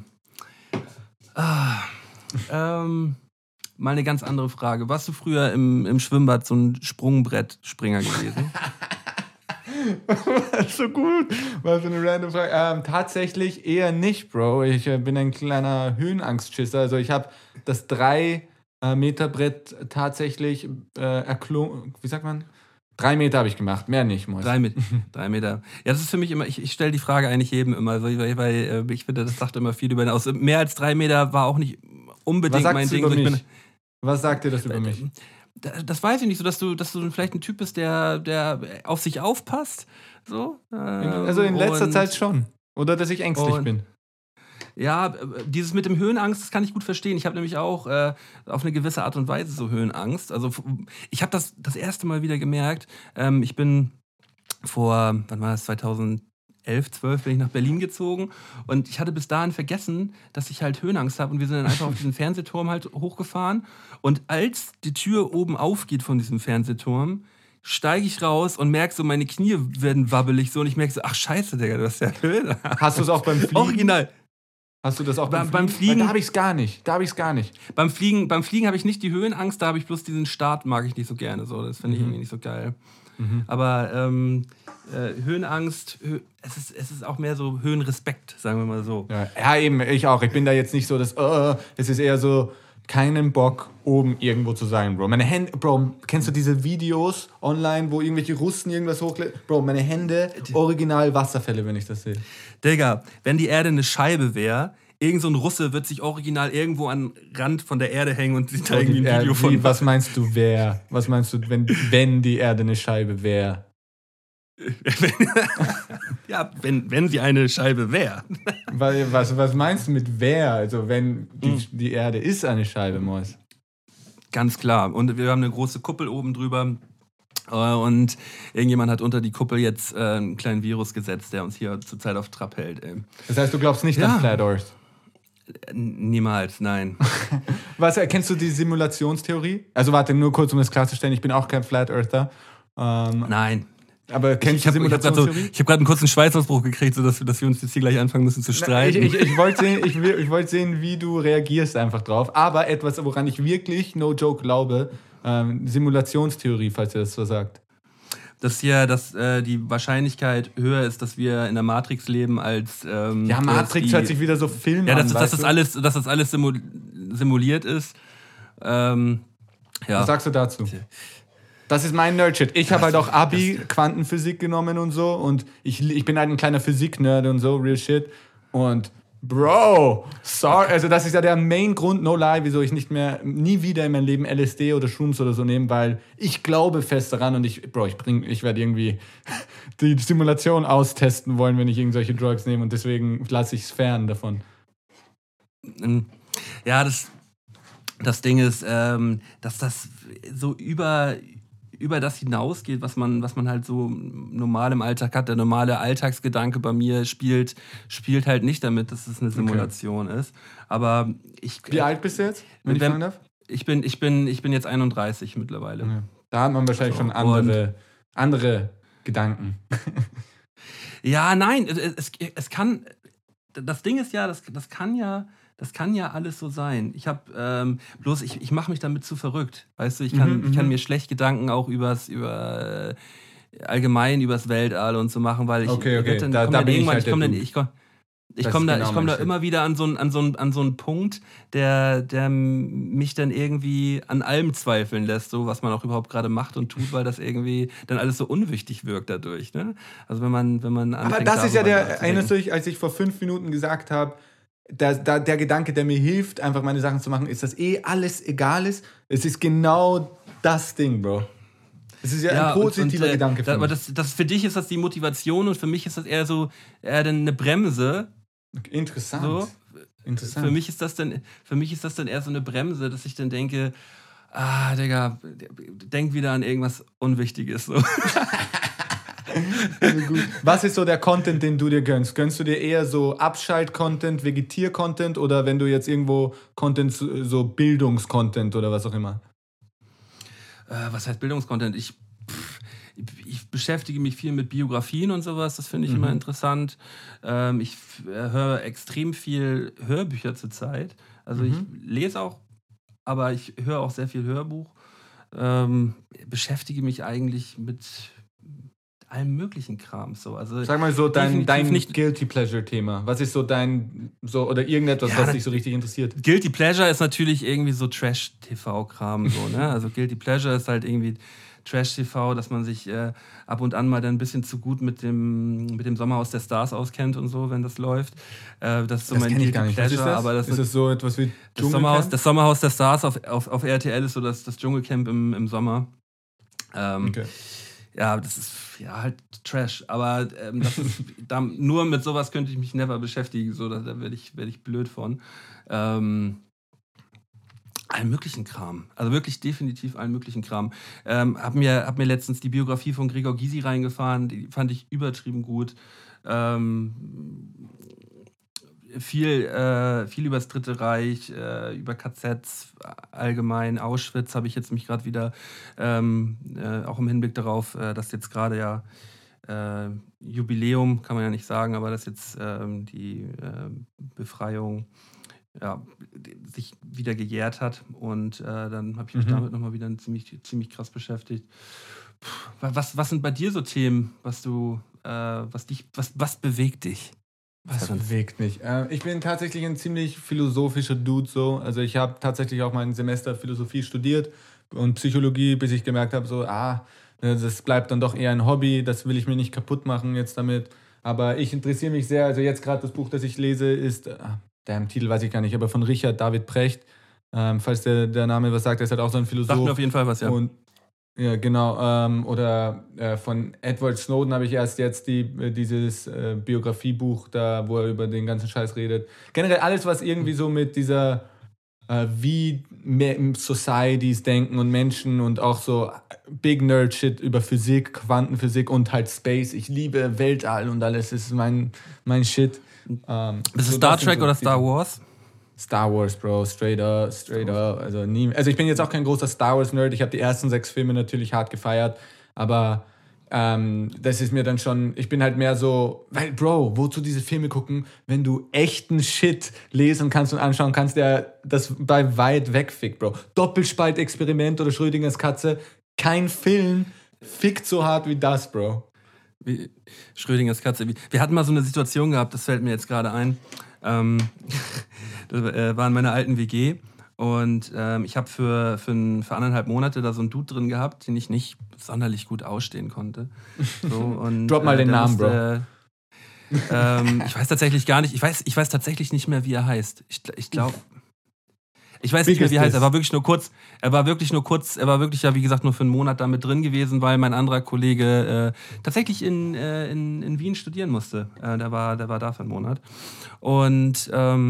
Mal eine ganz andere Frage. Warst du früher im Schwimmbad so ein Sprungbrettspringer gewesen? So gut. War so eine random Frage. Tatsächlich eher nicht, Bro. Ich bin ein kleiner Höhenangstschisser. Also ich habe das 3 Meter Brett tatsächlich wie sagt man? 3 Meter habe ich gemacht, mehr nicht, Mois. 3 Meter. Ja, das ist für mich immer, ich stelle die Frage eigentlich jedem immer, weil ich finde, das sagt immer viel über ihn aus. Mehr als 3 Meter war auch nicht unbedingt mein Ding. Was sagt dir das über mich? Das weiß ich nicht, so dass du vielleicht ein Typ bist, der auf sich aufpasst. So. Also in letzter Zeit schon. Oder dass ich ängstlich bin. Ja, dieses mit dem Höhenangst, das kann ich gut verstehen. Ich habe nämlich auch auf eine gewisse Art und Weise so Höhenangst. Also ich habe das erste Mal wieder gemerkt. Ich bin wann war das, 2011, 12 bin ich nach Berlin gezogen und ich hatte bis dahin vergessen, dass ich halt Höhenangst habe und wir sind dann einfach auf diesen Fernsehturm halt hochgefahren und als die Tür oben aufgeht von diesem Fernsehturm, steige ich raus und merke so, meine Knie werden wabbelig so und ich merke so, ach scheiße, Digga, du hast ja Höhe. Hast du es auch beim Fliegen? Original. Hast du das auch beim Fliegen? Da habe ich es gar nicht. Beim Fliegen habe ich nicht die Höhenangst, da habe ich bloß diesen Start, mag ich nicht so gerne. So. Das finde ich irgendwie nicht so geil. Aber Höhenangst, es ist auch mehr so Höhenrespekt, sagen wir mal so. Ja, eben, ich auch. Ich bin da jetzt nicht so, es ist eher so, keinen Bock, oben irgendwo zu sein, Bro. Meine Hände, Bro, kennst du diese Videos online, wo irgendwelche Russen irgendwas hochladen? Bro, meine Hände, original Wasserfälle, wenn ich das sehe. Digga, wenn die Erde eine Scheibe wäre, irgend so ein Russe wird sich original irgendwo an den Rand von der Erde hängen und sieht da irgendwie ein Video von. Was meinst du, wenn die Erde eine Scheibe wäre? Ja, wenn sie eine Scheibe wäre. Was meinst du mit wer? Also wenn die Erde ist eine Scheibe, Mois. Ganz klar. Und wir haben eine große Kuppel oben drüber. Und irgendjemand hat unter die Kuppel jetzt einen kleinen Virus gesetzt, der uns hier zurzeit auf Trab hält. Ey. Das heißt, du glaubst nicht an Flat Earth? Niemals, nein. Kennst du die Simulationstheorie? Also warte, nur kurz, um das klarzustellen, ich bin auch kein Flat Earther. Nein. Aber kennst du die Simulationstheorie? Ich habe gerade einen kurzen Schweißausbruch gekriegt, sodass wir uns jetzt hier gleich anfangen müssen zu streiten. Ich wollte sehen, wie du reagierst einfach drauf. Aber etwas, woran ich wirklich, no joke, glaube, Simulationstheorie, falls ihr das so sagt. Dass die Wahrscheinlichkeit höher ist, dass wir in der Matrix leben, als Matrix hört sich wieder so Film an. Dass das alles simuliert ist. Was sagst du dazu? Das ist mein Nerdshit. Ich habe halt auch Abi, Quantenphysik genommen und so. Und ich bin halt ein kleiner Physik-Nerd und so, real shit. Und Bro, sorry, also das ist ja der Main-Grund, no lie, wieso ich nie wieder in meinem Leben LSD oder Shrooms oder so nehme, weil ich glaube fest daran und ich werde irgendwie die Simulation austesten wollen, wenn ich irgendwelche Drugs nehme und deswegen lasse ich es fern davon. Ja, das Ding ist, dass das so über das hinausgeht, was man halt so normal im Alltag hat. Der normale Alltagsgedanke bei mir spielt halt nicht damit, dass es eine Simulation ist. Aber Wie alt bist du jetzt, wenn ich fragen darf? Ich bin jetzt 31 mittlerweile. Okay. Da hat man wahrscheinlich schon andere Gedanken. Ja, nein, es kann. Das Ding ist ja, das kann ja alles so sein. Ich habe bloß ich mache mich damit zu verrückt. Weißt du, ich kann mir schlecht Gedanken auch allgemein übers Weltall und so machen, weil ich komme da immer wieder an so einen Punkt, der mich dann irgendwie an allem zweifeln lässt, so was man auch überhaupt gerade macht und tut, weil das irgendwie dann alles so unwichtig wirkt dadurch. Ne? Also wenn man aber das ist ja erinnerst du dich, als ich vor 5 Minuten gesagt habe, der Gedanke, der mir hilft, einfach meine Sachen zu machen, ist, dass alles egal ist. Es ist genau das Ding, Bro. Es ist ja ein positiver Gedanke für mich. Aber das für dich ist das die Motivation und für mich ist das eher eine Bremse. Interessant. So. Interessant. Für mich ist das dann eher so eine Bremse, dass ich dann denke, Digga, denk wieder an irgendwas Unwichtiges. So. Was ist so der Content, den du dir gönnst? Gönnst du dir eher so Abschalt-Content, Vegetier-Content oder wenn du jetzt irgendwo Content, so Bildungskontent oder was auch immer? Was heißt Bildungskontent? Ich beschäftige mich viel mit Biografien und sowas, das finde ich immer interessant. Ich höre extrem viel Hörbücher zurzeit. Also ich lese auch, aber ich höre auch sehr viel Hörbuch. Beschäftige mich eigentlich mit allem möglichen Kram. So. Also sag mal so, dein nicht Guilty Pleasure-Thema. Was ist so oder irgendetwas, was dich so richtig interessiert? Guilty Pleasure ist natürlich irgendwie so Trash-TV-Kram. So, ne? Also Guilty Pleasure ist halt irgendwie Trash-TV, dass man sich ab und an mal dann ein bisschen zu gut mit dem Sommerhaus der Stars auskennt und so, wenn das läuft. Das ist so mein Guilty Pleasure. Was ist das? Aber ist es so etwas wie das Sommerhaus der Stars auf RTL ist so das Dschungelcamp im Sommer. Okay. Ja, das ist ja halt Trash. Aber das ist, nur mit sowas könnte ich mich never beschäftigen. So, da werde ich blöd von. Allen möglichen Kram. Also wirklich definitiv allen möglichen Kram. Hab mir letztens die Biografie von Gregor Gysi reingefahren. Die fand ich übertrieben gut. Viel über das Dritte Reich, über KZs allgemein, Auschwitz habe ich jetzt mich gerade wieder, auch im Hinblick darauf, dass jetzt gerade ja Jubiläum, kann man ja nicht sagen, aber dass jetzt die Befreiung sich wieder gejährt hat und dann habe ich mich damit nochmal wieder ziemlich krass beschäftigt. Was sind bei dir so Themen, was bewegt dich? Was bewegt mich? Ich bin tatsächlich ein ziemlich philosophischer Dude so. Also ich habe tatsächlich auch mein Semester Philosophie studiert und Psychologie, bis ich gemerkt habe, so, das bleibt dann doch eher ein Hobby, das will ich mir nicht kaputt machen jetzt damit. Aber ich interessiere mich sehr, also jetzt gerade das Buch, das ich lese, ist, der Titel weiß ich gar nicht, aber von Richard David Precht. Falls der Name was sagt, er ist halt auch so ein Philosoph. Sagt mir auf jeden Fall was, ja. Und ja, genau. Oder von Edward Snowden habe ich erst jetzt dieses Biografiebuch da, wo er über den ganzen Scheiß redet. Generell alles, was irgendwie so mit dieser wie Societies denken und Menschen und auch so Big Nerd Shit über Physik, Quantenphysik und halt Space. Ich liebe Weltall und alles, das ist mein Shit. Ist es Star Trek oder Star Wars? Star Wars, Bro, straight up. Also ich bin jetzt auch kein großer Star Wars-Nerd. Ich habe die ersten 6 Filme natürlich hart gefeiert. Aber das ist mir dann schon, ich bin halt mehr so, weil, Bro, wozu diese Filme gucken, wenn du echten Shit lesen kannst und anschauen kannst, der das bei weit wegfickt, Bro. Doppelspaltexperiment oder Schrödingers Katze, kein Film fickt so hart wie das, Bro. Wie Schrödingers Katze. Wir hatten mal so eine Situation gehabt, das fällt mir jetzt gerade ein. Das war in meiner alten WG und ich habe für 1,5 Monate da so einen Dude drin gehabt, den ich nicht sonderlich gut ausstehen konnte. So, und, Drop mal den Namen, Bro. Ich weiß tatsächlich gar nicht, ich weiß tatsächlich nicht mehr, wie er heißt. Ich glaube, ich weiß nicht mehr, wie er heißt. Er war wirklich ja, wie gesagt, nur für einen Monat da mit drin gewesen, weil mein anderer Kollege tatsächlich in Wien studieren musste. Der war da für einen Monat. Und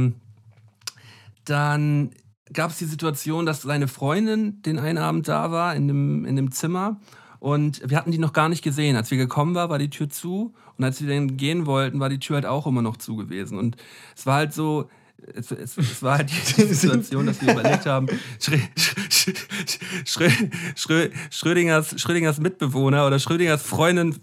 dann gab es die Situation, dass seine Freundin den einen Abend da war in dem Zimmer und wir hatten die noch gar nicht gesehen. Als wir gekommen war die Tür zu und als wir dann gehen wollten, war die Tür halt auch immer noch zu gewesen. Und es war halt so, es war halt die Situation, dass wir überlegt haben, Schrödingers Mitbewohner oder Schrödingers Freundin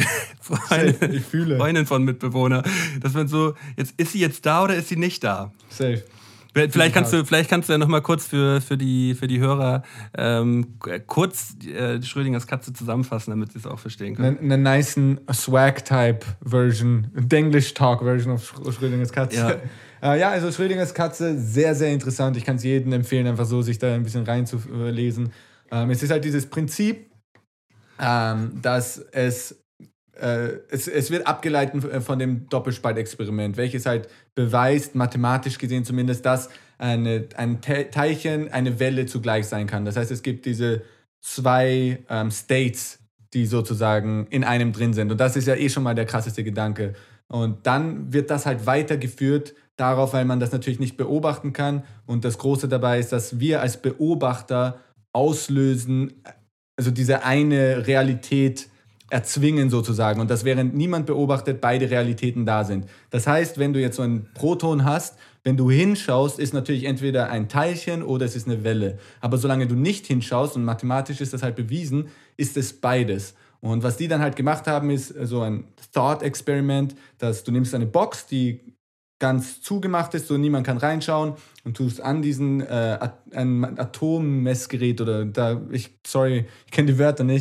von Mitbewohner, dass man so, ist sie jetzt da oder ist sie nicht da? Safe. Vielleicht kannst du ja noch mal kurz für die Hörer kurz Schrödingers Katze zusammenfassen, damit sie es auch verstehen können. Eine nice Swag-Type-Version, Denglish-Talk-Version auf Schrödingers Katze. Ja. Also Schrödingers Katze, sehr, sehr interessant. Ich kann es jedem empfehlen, einfach so sich da ein bisschen reinzulesen. Es ist halt dieses Prinzip, dass es wird abgeleitet von dem Doppelspaltexperiment, welches halt beweist, mathematisch gesehen zumindest, dass ein Teilchen eine Welle zugleich sein kann. Das heißt, es gibt diese 2 States, die sozusagen in einem drin sind. Und das ist ja schon mal der krasseste Gedanke. Und dann wird das halt weitergeführt darauf, weil man das natürlich nicht beobachten kann. Und das Große dabei ist, dass wir als Beobachter auslösen, also diese eine Realität erzwingen sozusagen und dass während niemand beobachtet, beide Realitäten da sind. Das heißt, wenn du jetzt so ein Proton hast, wenn du hinschaust, ist natürlich entweder ein Teilchen oder es ist eine Welle. Aber solange du nicht hinschaust, und mathematisch ist das halt bewiesen, ist es beides. Und was die dann halt gemacht haben, ist so ein Thought-Experiment, dass du nimmst eine Box, die ganz zugemacht ist, so niemand kann reinschauen und tust an diesen ein Atommessgerät oder ich kenne die Wörter nicht,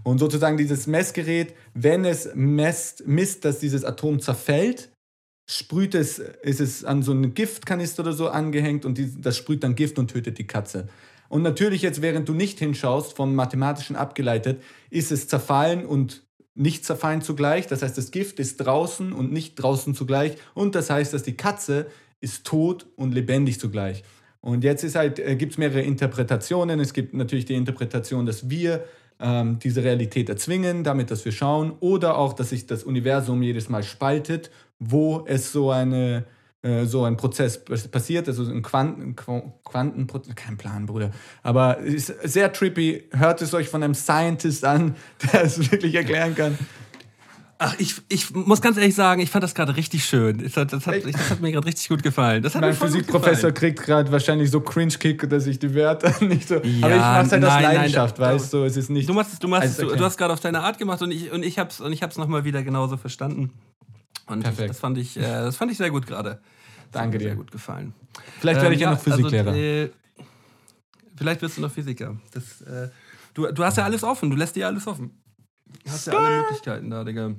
Und sozusagen dieses Messgerät, wenn es misst, dass dieses Atom zerfällt, ist es an so einen Giftkanister oder so angehängt und das sprüht dann Gift und tötet die Katze. Und natürlich jetzt, während du nicht hinschaust, vom Mathematischen abgeleitet, ist es zerfallen und nicht zerfallen zugleich. Das heißt, das Gift ist draußen und nicht draußen zugleich. Und das heißt, dass die Katze ist tot und lebendig zugleich. Und jetzt gibt es mehrere Interpretationen. Es gibt natürlich die Interpretation, dass wir diese Realität erzwingen, damit, dass wir schauen. Oder auch, dass sich das Universum jedes Mal spaltet, wo es so ein Prozess passiert, also ein Quantenprozess, kein Plan, Bruder. Aber es ist sehr trippy. Hört es euch von einem Scientist an, der es wirklich erklären kann. Ach, ich muss ganz ehrlich sagen, ich fand das gerade richtig schön. Das hat mir gerade richtig gut gefallen. Mein Physikprofessor kriegt gerade wahrscheinlich so Cringe-Kick, dass ich die Wörter nicht so... Ja, aber ich mach's halt aus Leidenschaft, weißt du? Es ist nicht... Du hast gerade auf deine Art gemacht und ich hab's nochmal wieder genauso verstanden. Und perfekt. Das fand ich sehr gut gerade. Danke dir. Sehr gut gefallen. Vielleicht werde ich ja noch Physiklehrer. Vielleicht wirst du noch Physiker. Du hast ja alles offen. Du lässt dir ja alles offen. Du hast ja alle Möglichkeiten da, Digga.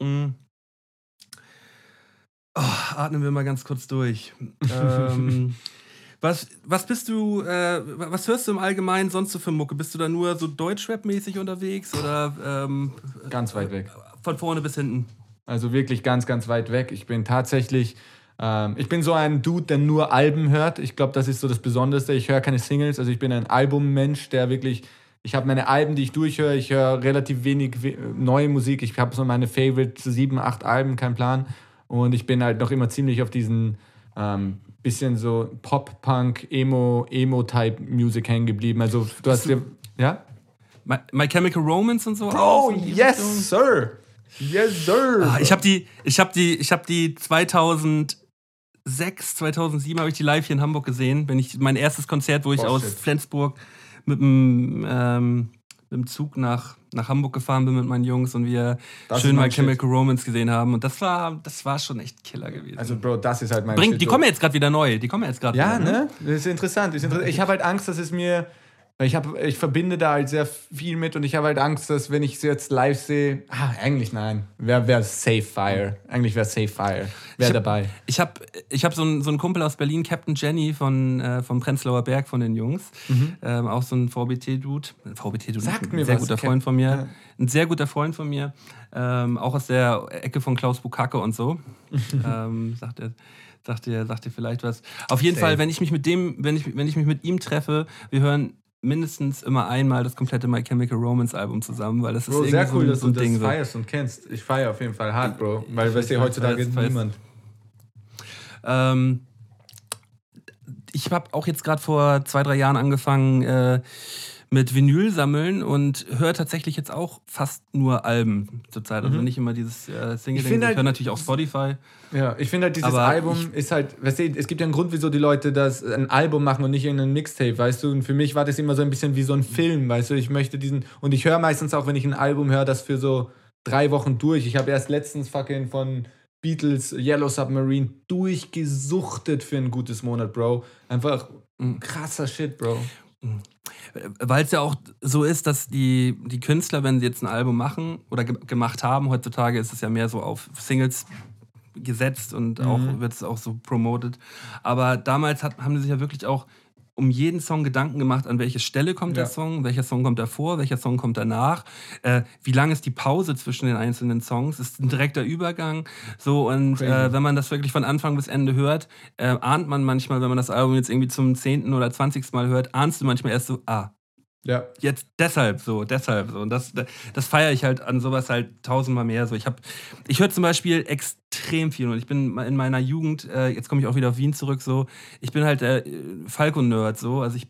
Atmen wir mal ganz kurz durch. Was bist du, was hörst du im Allgemeinen sonst so für Mucke? Bist du da nur so Deutschrap-mäßig unterwegs oder ganz weit weg? Von vorne bis hinten? Also wirklich ganz, ganz weit weg. Ich bin tatsächlich, ich bin so ein Dude, der nur Alben hört. Ich glaube, das ist so das Besonderste. Ich höre keine Singles, also ich bin ein Albummensch, der wirklich, ich habe meine Alben, die ich durchhöre. Ich höre relativ wenig neue Musik. Ich habe so meine Favorite 7, 8 Alben, kein Plan. Und ich bin halt noch immer ziemlich auf diesen bisschen so Pop-Punk, Emo-Type-Music hängen geblieben. Also du hast dir, ja? My Chemical Romance und so? Bro, yes, sir! Yes, sir! Ich hab die 2006, 2007 habe ich die live hier in Hamburg gesehen. Mein erstes Konzert, wo ich aus Flensburg mit dem Zug nach Hamburg gefahren bin mit meinen Jungs und wir schön My Chemical Romance gesehen haben. Und das war schon echt Killer gewesen. Also, Bro, das ist halt mein Shit. Die kommen jetzt gerade wieder neu. Ja, ne? Das ist interessant. Ich habe halt Angst, dass es mir... Ich verbinde da halt sehr viel mit und ich habe halt Angst, dass wenn ich sie jetzt live sehe... eigentlich nein. Wäre Safe Fire. Eigentlich wäre Safe Fire. Wäre dabei. Ich hab so einen Kumpel aus Berlin, Captain Jenny vom Prenzlauer Berg von den Jungs. Auch so ein VBT-Dude. Sagt mir ein sehr was. Guter Freund von mir. Ja. Ein sehr guter Freund von mir. Auch aus der Ecke von Klaus Bukacke und so. Sagt dir vielleicht was. Auf jeden Fall, wenn ich mich mit ihm treffe, wir hören mindestens immer einmal das komplette My Chemical Romance Album zusammen, weil das ist irgendwie sehr cool, dass du Ding das feierst und kennst. Ich feiere auf jeden Fall hart, Bro, weil weißt du, heutzutage niemand. Ich habe auch jetzt gerade vor 2-3 Jahren angefangen mit Vinyl sammeln und höre tatsächlich jetzt auch fast nur Alben zurzeit. Also nicht immer dieses Single-Ding. Ich höre natürlich auch Spotify. Ja, ich finde halt, dieses Album ist halt, weißt du, es gibt ja einen Grund, wieso die Leute das ein Album machen und nicht irgendein Mixtape, weißt du? Und für mich war das immer so ein bisschen wie so ein Film, weißt du? Ich möchte und ich höre meistens auch, wenn ich ein Album höre, das für so 3 Wochen durch. Ich habe erst letztens von Beatles Yellow Submarine durchgesuchtet für ein gutes Monat, Bro. Einfach krasser Shit, Bro. Weil es ja auch so ist, dass die Künstler, wenn sie jetzt ein Album machen oder gemacht haben, heutzutage ist es ja mehr so auf Singles gesetzt und auch wird es auch so promoted. Aber damals haben die sich ja wirklich auch um jeden Song Gedanken gemacht, an welche Stelle kommt der Song, welcher Song kommt davor, welcher Song kommt danach, wie lang ist die Pause zwischen den einzelnen Songs, ist ein direkter Übergang, so, und wenn man das wirklich von Anfang bis Ende hört, ahnt man manchmal, wenn man das Album jetzt irgendwie zum 10. oder 20. Mal hört, ahnst du manchmal erst so, jetzt deshalb so. Und das feiere ich halt an sowas halt 1000-mal mehr. So, ich höre zum Beispiel extrem viel und ich bin in meiner Jugend, jetzt komme ich auch wieder auf Wien zurück, so, ich bin halt Falco-Nerd, so, also ich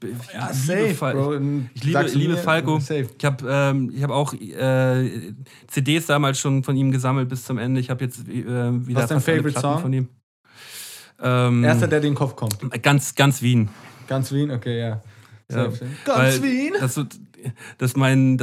liebe Falco. Ich habe auch CDs damals schon von ihm gesammelt bis zum Ende. Ich habe jetzt wieder was ist dein Favorite Song von ihm? Erster, der in den Kopf kommt. Ganz Wien. Ganz Wien, okay, ja. Ganz Wien. Das ist mein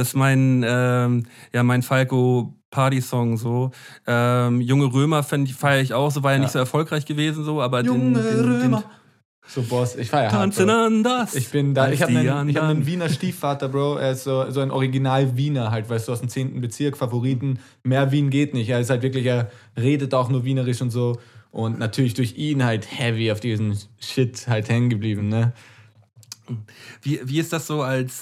Falco Party-Song so. Junge Römer feiere ich auch, so war ja nicht so erfolgreich gewesen so, aber Junge Römer. So Boss, ich feiere hart, Tanzen Bro. anders. Ich bin da, ich als habe die einen anderen. Wiener Stiefvater, Bro. Er ist so ein Original-Wiener halt, weißt du, aus dem 10. Bezirk, Favoriten. Mehr Wien geht nicht. Er ist halt wirklich, er redet auch nur Wienerisch und so. Und natürlich durch ihn halt heavy auf diesen Shit halt hängen geblieben, ne? Wie ist das so als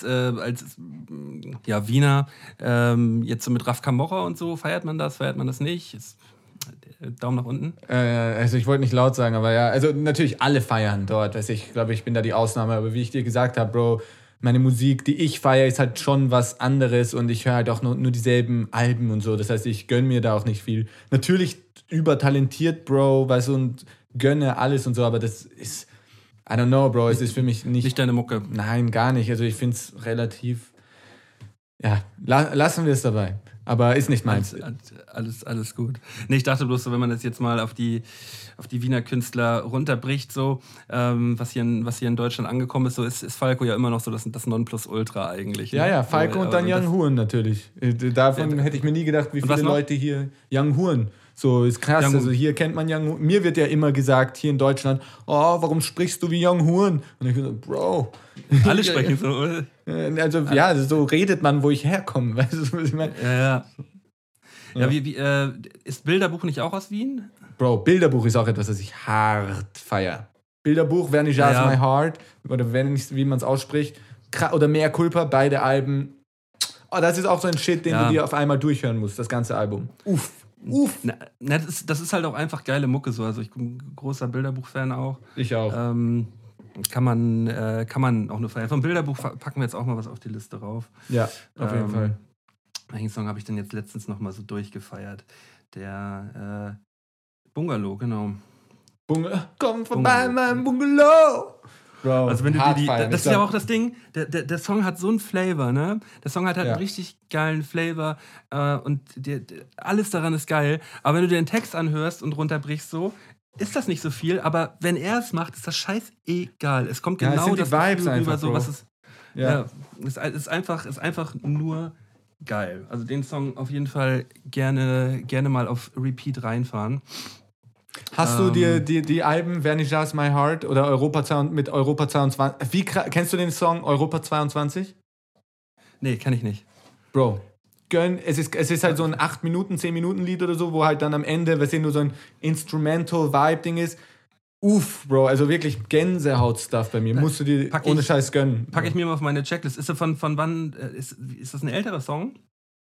Wiener, jetzt so mit Raf Camorra und so? Feiert man das nicht? Daumen nach unten? Also ich wollte nicht laut sagen, aber ja, also natürlich alle feiern dort. Also ich glaube, ich bin da die Ausnahme. Aber wie ich dir gesagt habe, Bro, meine Musik, die ich feiere, ist halt schon was anderes und ich höre halt auch nur dieselben Alben und so. Das heißt, ich gönne mir da auch nicht viel. Natürlich übertalentiert, Bro, weißt du, und gönne alles und so, aber das ist, I don't know, Bro, es ist für mich Nicht deine Mucke. Nein, gar nicht. Also ich finde es relativ, ja, lassen wir es dabei. Aber ist nicht meins. Alles gut. Nee, ich dachte bloß so, wenn man das jetzt mal auf die Wiener Künstler runterbricht, so, was hier in Deutschland angekommen ist, so ist Falco ja immer noch so das Nonplusultra eigentlich. Ne? Ja, Falco und dann Young Horn natürlich. Davon hätte ich mir nie gedacht, wie viele Leute hier Young Horn. So, ist krass. Also hier kennt man Young Horn. Mir wird ja immer gesagt, hier in Deutschland, oh, warum sprichst du wie Young Horn? Und ich so, Bro. Alle sprechen so, oder? Also, ja, so redet man, wo ich herkomme. Weißt du, was ich meine? Ja, wie ist Bilderbuch nicht auch aus Wien? Bro, Bilderbuch ist auch etwas, das ich hart feiere. Bilderbuch, Vernissage My Heart, oder wie man es ausspricht, oder Mea Culpa, beide Alben. Oh, das ist auch so ein Shit, den du dir auf einmal durchhören musst, das ganze Album. Uff. Das ist halt auch einfach geile Mucke so. Also ich bin ein großer Bilderbuch-Fan auch. Ich auch. Kann man auch nur feiern. Vom Bilderbuch packen wir jetzt auch mal was auf die Liste rauf. Ja, auf jeden Fall. Welchen Song habe ich denn jetzt letztens noch mal so durchgefeiert? Der Bungalow, genau. Komm vorbei, mein Bungalow! Bro, also wenn du das ist ja auch das Ding, der Song hat so einen Flavor, ne? Der Song hat halt einen richtig geilen Flavor und alles daran ist geil. Aber wenn du dir den Text anhörst und runterbrichst so, ist das nicht so viel. Aber wenn er es macht, ist das scheißegal. Es kommt genau das Vibes einfach, rüber, so Bro. was es ist einfach nur geil. Also den Song auf jeden Fall gerne mal auf Repeat reinfahren. Hast du dir die Alben Vernissage My Heart oder Europa 22? Kennst du den Song Europa 22? Nee, kann ich nicht. Bro, es ist halt so ein 8 Minuten, 10 Minuten Lied oder so, wo halt dann am Ende, was nur so ein Instrumental-Vibe-Ding ist. Uff, Bro, also wirklich Gänsehaut-Stuff bei mir. Musst du dir ohne Scheiß gönnen. Packe ich mir mal auf meine Checklist. Ist das von wann? Ist das ein älterer Song?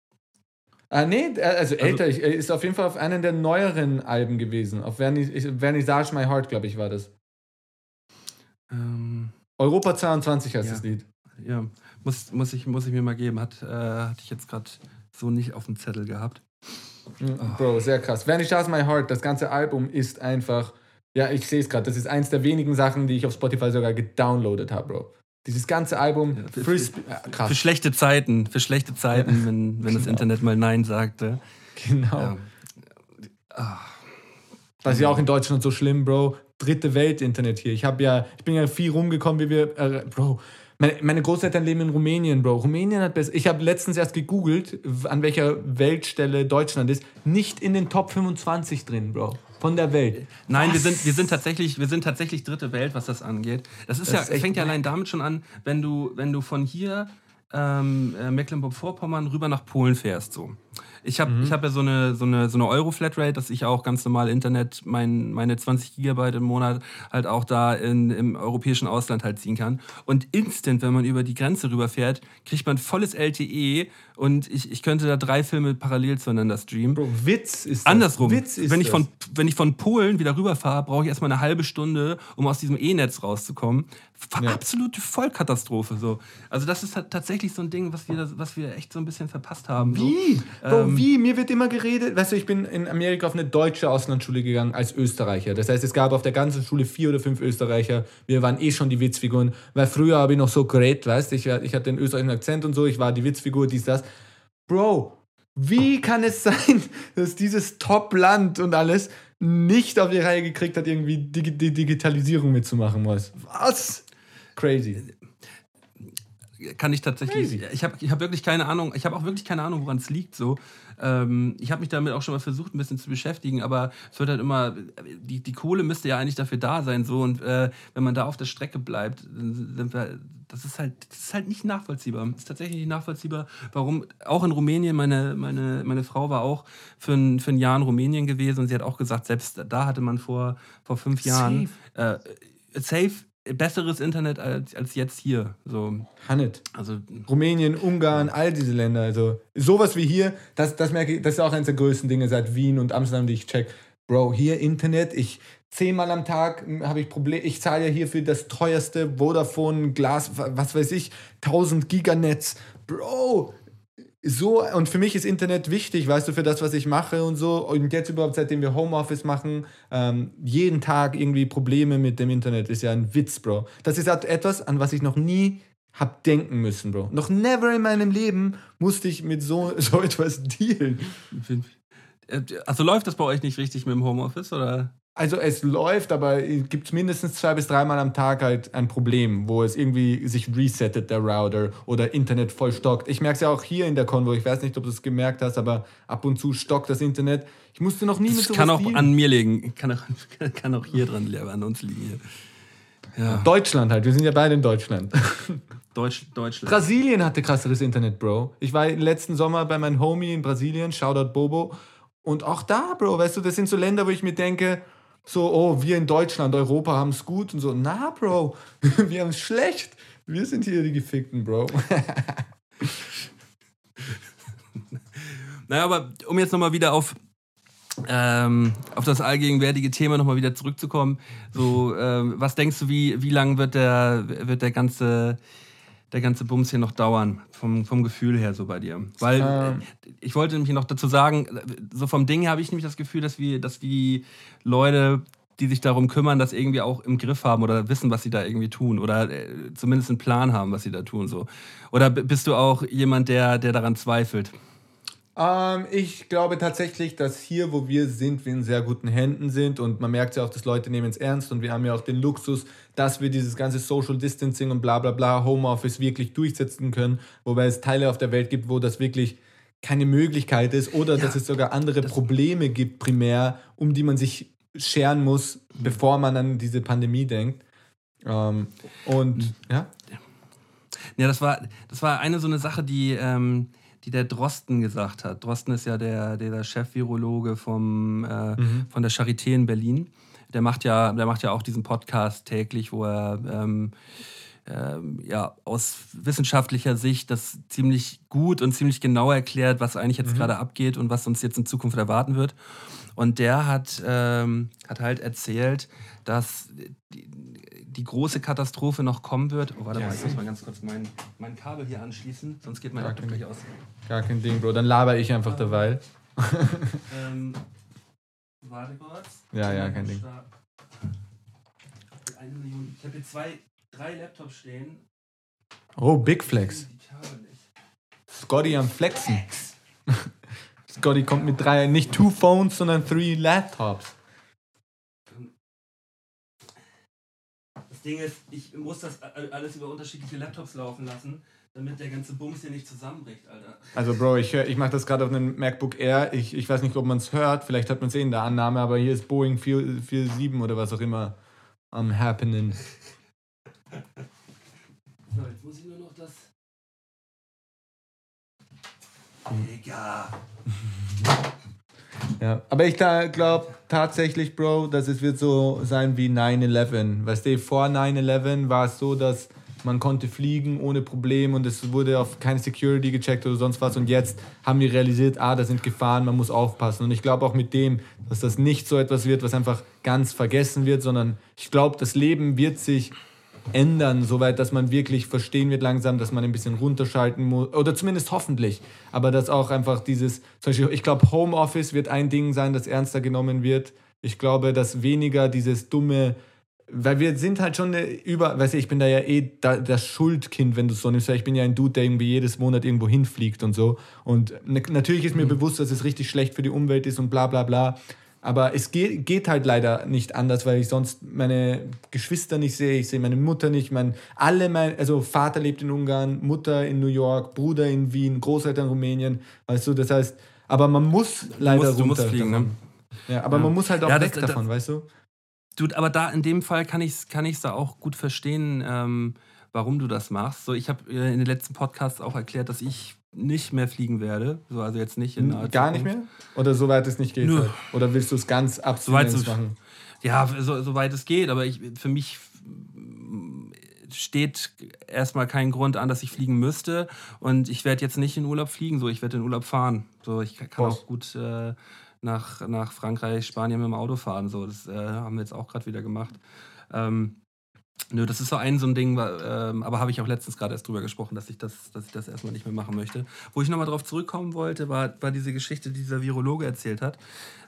Nee, also älter. Ist auf jeden Fall auf einem der neueren Alben gewesen. Auf Vernissage My Heart, glaube ich, war das. Europa 22 heißt das Lied. Ja, muss ich mir mal geben. Hatte ich jetzt gerade so nicht auf dem Zettel gehabt. Bro, sehr krass. Vernissage My Heart, das ganze Album ist einfach... Ja, ich sehe es gerade. Das ist eins der wenigen Sachen, die ich auf Spotify sogar gedownloadet habe, Bro. Dieses ganze Album, krass. Für schlechte Zeiten, wenn das Internet mal Nein sagte. Genau. Das ist ja auch in Deutschland so schlimm, Bro. Dritte Welt-Internet hier. Ich bin ja viel rumgekommen, wie wir... Bro, meine Großeltern leben in Rumänien, Bro. Rumänien hat besser... Ich habe letztens erst gegoogelt, an welcher Weltstelle Deutschland ist. Nicht in den Top 25 drin, Bro. Von der Welt. Nein, wir sind tatsächlich dritte Welt, was das angeht. Es fängt ja allein damit schon an, wenn du von hier Mecklenburg-Vorpommern rüber nach Polen fährst. So. Ich hab ja so eine Euro-Flatrate, dass ich auch ganz normal Internet, meine 20 Gigabyte im Monat halt auch da im europäischen Ausland halt ziehen kann. Und instant, wenn man über die Grenze rüberfährt, kriegt man volles LTE und ich könnte da 3 Filme parallel zueinander streamen. Bro, Witz ist das. Andersrum, wenn ich von Polen wieder rüberfahre, brauche ich erstmal eine halbe Stunde, um aus diesem E-Netz rauszukommen. Absolute Vollkatastrophe. So. Also das ist tatsächlich so ein Ding, was wir echt so ein bisschen verpasst haben. Wie? So. Bro, wie? Mir wird immer geredet, weißt du, ich bin in Amerika auf eine deutsche Auslandsschule gegangen als Österreicher. Das heißt, es gab auf der ganzen Schule 4 oder 5 Österreicher. Wir waren schon die Witzfiguren, weil früher habe ich noch so geredet, weißt du, ich hatte den österreichischen Akzent und so, ich war die Witzfigur, dies, das. Bro, wie kann es sein, dass dieses Top-Land und alles nicht auf die Reihe gekriegt hat, irgendwie die Digitalisierung mitzumachen, was? Crazy. kann ich tatsächlich, ich hab wirklich keine Ahnung, ich habe auch wirklich keine Ahnung, woran es liegt. So. Ich habe mich damit auch schon mal versucht, ein bisschen zu beschäftigen, aber es wird halt immer, die Kohle müsste ja eigentlich dafür da sein. So. Und wenn man da auf der Strecke bleibt, dann sind wir, das ist halt nicht nachvollziehbar. Das ist tatsächlich nicht nachvollziehbar, warum, auch in Rumänien, meine Frau war auch für ein Jahr in Rumänien gewesen und sie hat auch gesagt, selbst da hatte man vor 5 Jahren safe besseres Internet als jetzt hier. So. Hannet. Also, Rumänien, Ungarn, all diese Länder. Also sowas wie hier, das merke ich, das ist auch eines der größten Dinge seit Wien und Amsterdam, die ich check. Bro, hier Internet, 10-mal am Tag habe ich Probleme. Ich zahle ja hier für das teuerste Vodafone, Glas, was weiß ich, 1000 Giganetz. Bro, so, und für mich ist Internet wichtig, weißt du, für das, was ich mache und so. Und jetzt überhaupt, seitdem wir Homeoffice machen, jeden Tag irgendwie Probleme mit dem Internet, ist ja ein Witz, Bro. Das ist etwas, an was ich noch nie hab denken müssen, Bro. Noch never in meinem Leben musste ich mit so etwas dealen. also läuft das bei euch nicht richtig mit dem Homeoffice, oder? Also es läuft, aber es gibt mindestens 2 bis 3 Mal am Tag halt ein Problem, wo es irgendwie sich resettet, der Router, oder Internet voll stockt. Ich merke es ja auch hier in der Konvo, ich weiß nicht, ob du es gemerkt hast, aber ab und zu stockt das Internet. Ich musste noch nie mit sowas kann auch dealen. an mir liegen, kann auch hier dran liegen, an uns liegen hier. Ja. Deutschland halt, wir sind ja beide in Deutschland. Deutschland. Brasilien hatte krasseres Internet, Bro. Ich war letzten Sommer bei meinem Homie in Brasilien, Shoutout Bobo, und auch da, Bro, weißt du, das sind so Länder, wo ich mir denke, so, oh, wir in Deutschland, Europa haben es gut und so. Na, Bro, wir haben es schlecht. Wir sind hier die Gefickten, Bro. Naja, aber um jetzt nochmal wieder auf das allgegenwärtige Thema nochmal wieder zurückzukommen, so, was denkst du, wie lang wird der ganze Bums hier noch dauern, vom Gefühl her so bei dir? Weil ich wollte nämlich noch dazu sagen, so vom Ding her habe ich nämlich das Gefühl, dass die Leute, die sich darum kümmern, das irgendwie auch im Griff haben oder wissen, was sie da irgendwie tun oder zumindest einen Plan haben, was sie da tun. So. Oder bist du auch jemand, der daran zweifelt? Ich glaube tatsächlich, dass hier, wo wir sind, wir in sehr guten Händen sind und man merkt ja auch, dass Leute nehmen es ernst und wir haben ja auch den Luxus, dass wir dieses ganze Social Distancing und bla bla bla, Homeoffice wirklich durchsetzen können, wobei es Teile auf der Welt gibt, wo das wirklich keine Möglichkeit ist oder dass es sogar andere Probleme gibt primär, um die man sich scheren muss, bevor man an diese Pandemie denkt. Und ja. Ja, das war eine so eine Sache, die der Drosten gesagt hat. Drosten ist ja der Chef-Virologe von der Charité in Berlin. Der macht ja auch diesen Podcast täglich, wo er aus wissenschaftlicher Sicht das ziemlich gut und ziemlich genau erklärt, was eigentlich jetzt gerade abgeht und was uns jetzt in Zukunft erwarten wird. Und der hat halt erzählt, dass die große Katastrophe noch kommen wird. Oh, warte mal, ich muss mal ganz kurz mein Kabel hier anschließen, sonst geht mein Laptop gleich aus. Gar kein Ding, Bro. Dann laber ich einfach derweil. Warte kurz. Ja, kein Ding. 1 Million. Ich habe hier 3 Laptops stehen. Oh, Big Flex. Scotty am Flexen. Scotty kommt mit 3, nicht 2 Phones, sondern 3 Laptops. Das Ding ist, ich muss das alles über unterschiedliche Laptops laufen lassen, damit der ganze Bums hier nicht zusammenbricht, Alter. Also Bro, ich mache das gerade auf einem MacBook Air. Ich weiß nicht, ob man es hört, vielleicht hört man es in der Annahme, aber hier ist Boeing 447 oder was auch immer am happening. So, jetzt muss ich nur noch das... Digga. Ja, aber ich glaube tatsächlich, Bro, dass es wird so sein wie 9/11. Weißt du, vor 9/11 war es so, dass man konnte fliegen ohne Problem und es wurde auf keine Security gecheckt oder sonst was. Und jetzt haben wir realisiert, da sind Gefahren, man muss aufpassen. Und ich glaube auch mit dem, dass das nicht so etwas wird, was einfach ganz vergessen wird, sondern ich glaube, das Leben wird sich ändern, soweit, dass man wirklich verstehen wird langsam, dass man ein bisschen runterschalten muss, oder zumindest hoffentlich, aber dass auch einfach zum Beispiel, ich glaube, Homeoffice wird ein Ding sein, das ernster genommen wird. Ich glaube, dass weniger dieses dumme, weil wir sind halt schon weißt du, ich bin da ja das Schuldkind, wenn du es so nimmst, weil ich bin ja ein Dude, der irgendwie jedes Monat irgendwo hinfliegt und so und natürlich ist mir bewusst, dass es richtig schlecht für die Umwelt ist und bla bla bla. Aber es geht halt leider nicht anders, weil ich sonst meine Geschwister nicht sehe, ich sehe meine Mutter nicht, also Vater lebt in Ungarn, Mutter in New York, Bruder in Wien, Großeltern in Rumänien, weißt du, das heißt, aber man muss leider du musst runter fliegen, davon. ne? Ja, aber man muss halt auch Ja, weg davon, weißt du? Du, aber da in dem Fall kann ich's da auch gut verstehen, warum du das machst. So, ich habe in den letzten Podcasts auch erklärt, dass ich nicht mehr fliegen werde. So, also jetzt nicht in naher Gar nicht Zukunft. mehr? Oder soweit es nicht geht Nö. halt? Oder willst du es ganz Soweit abstinenz es machen? Ja, soweit es geht, aber für mich steht erstmal kein Grund an, dass ich fliegen müsste. Und ich werde jetzt nicht in Urlaub fliegen, so ich werde in Urlaub fahren. So, ich kann Krass. auch gut nach Frankreich, Spanien mit dem Auto fahren. So, das haben wir jetzt auch gerade wieder gemacht. Nö, das ist so ein Ding, aber habe ich auch letztens gerade erst drüber gesprochen, dass ich das erstmal nicht mehr machen möchte. Wo ich nochmal drauf zurückkommen wollte, war diese Geschichte, die dieser Virologe erzählt hat.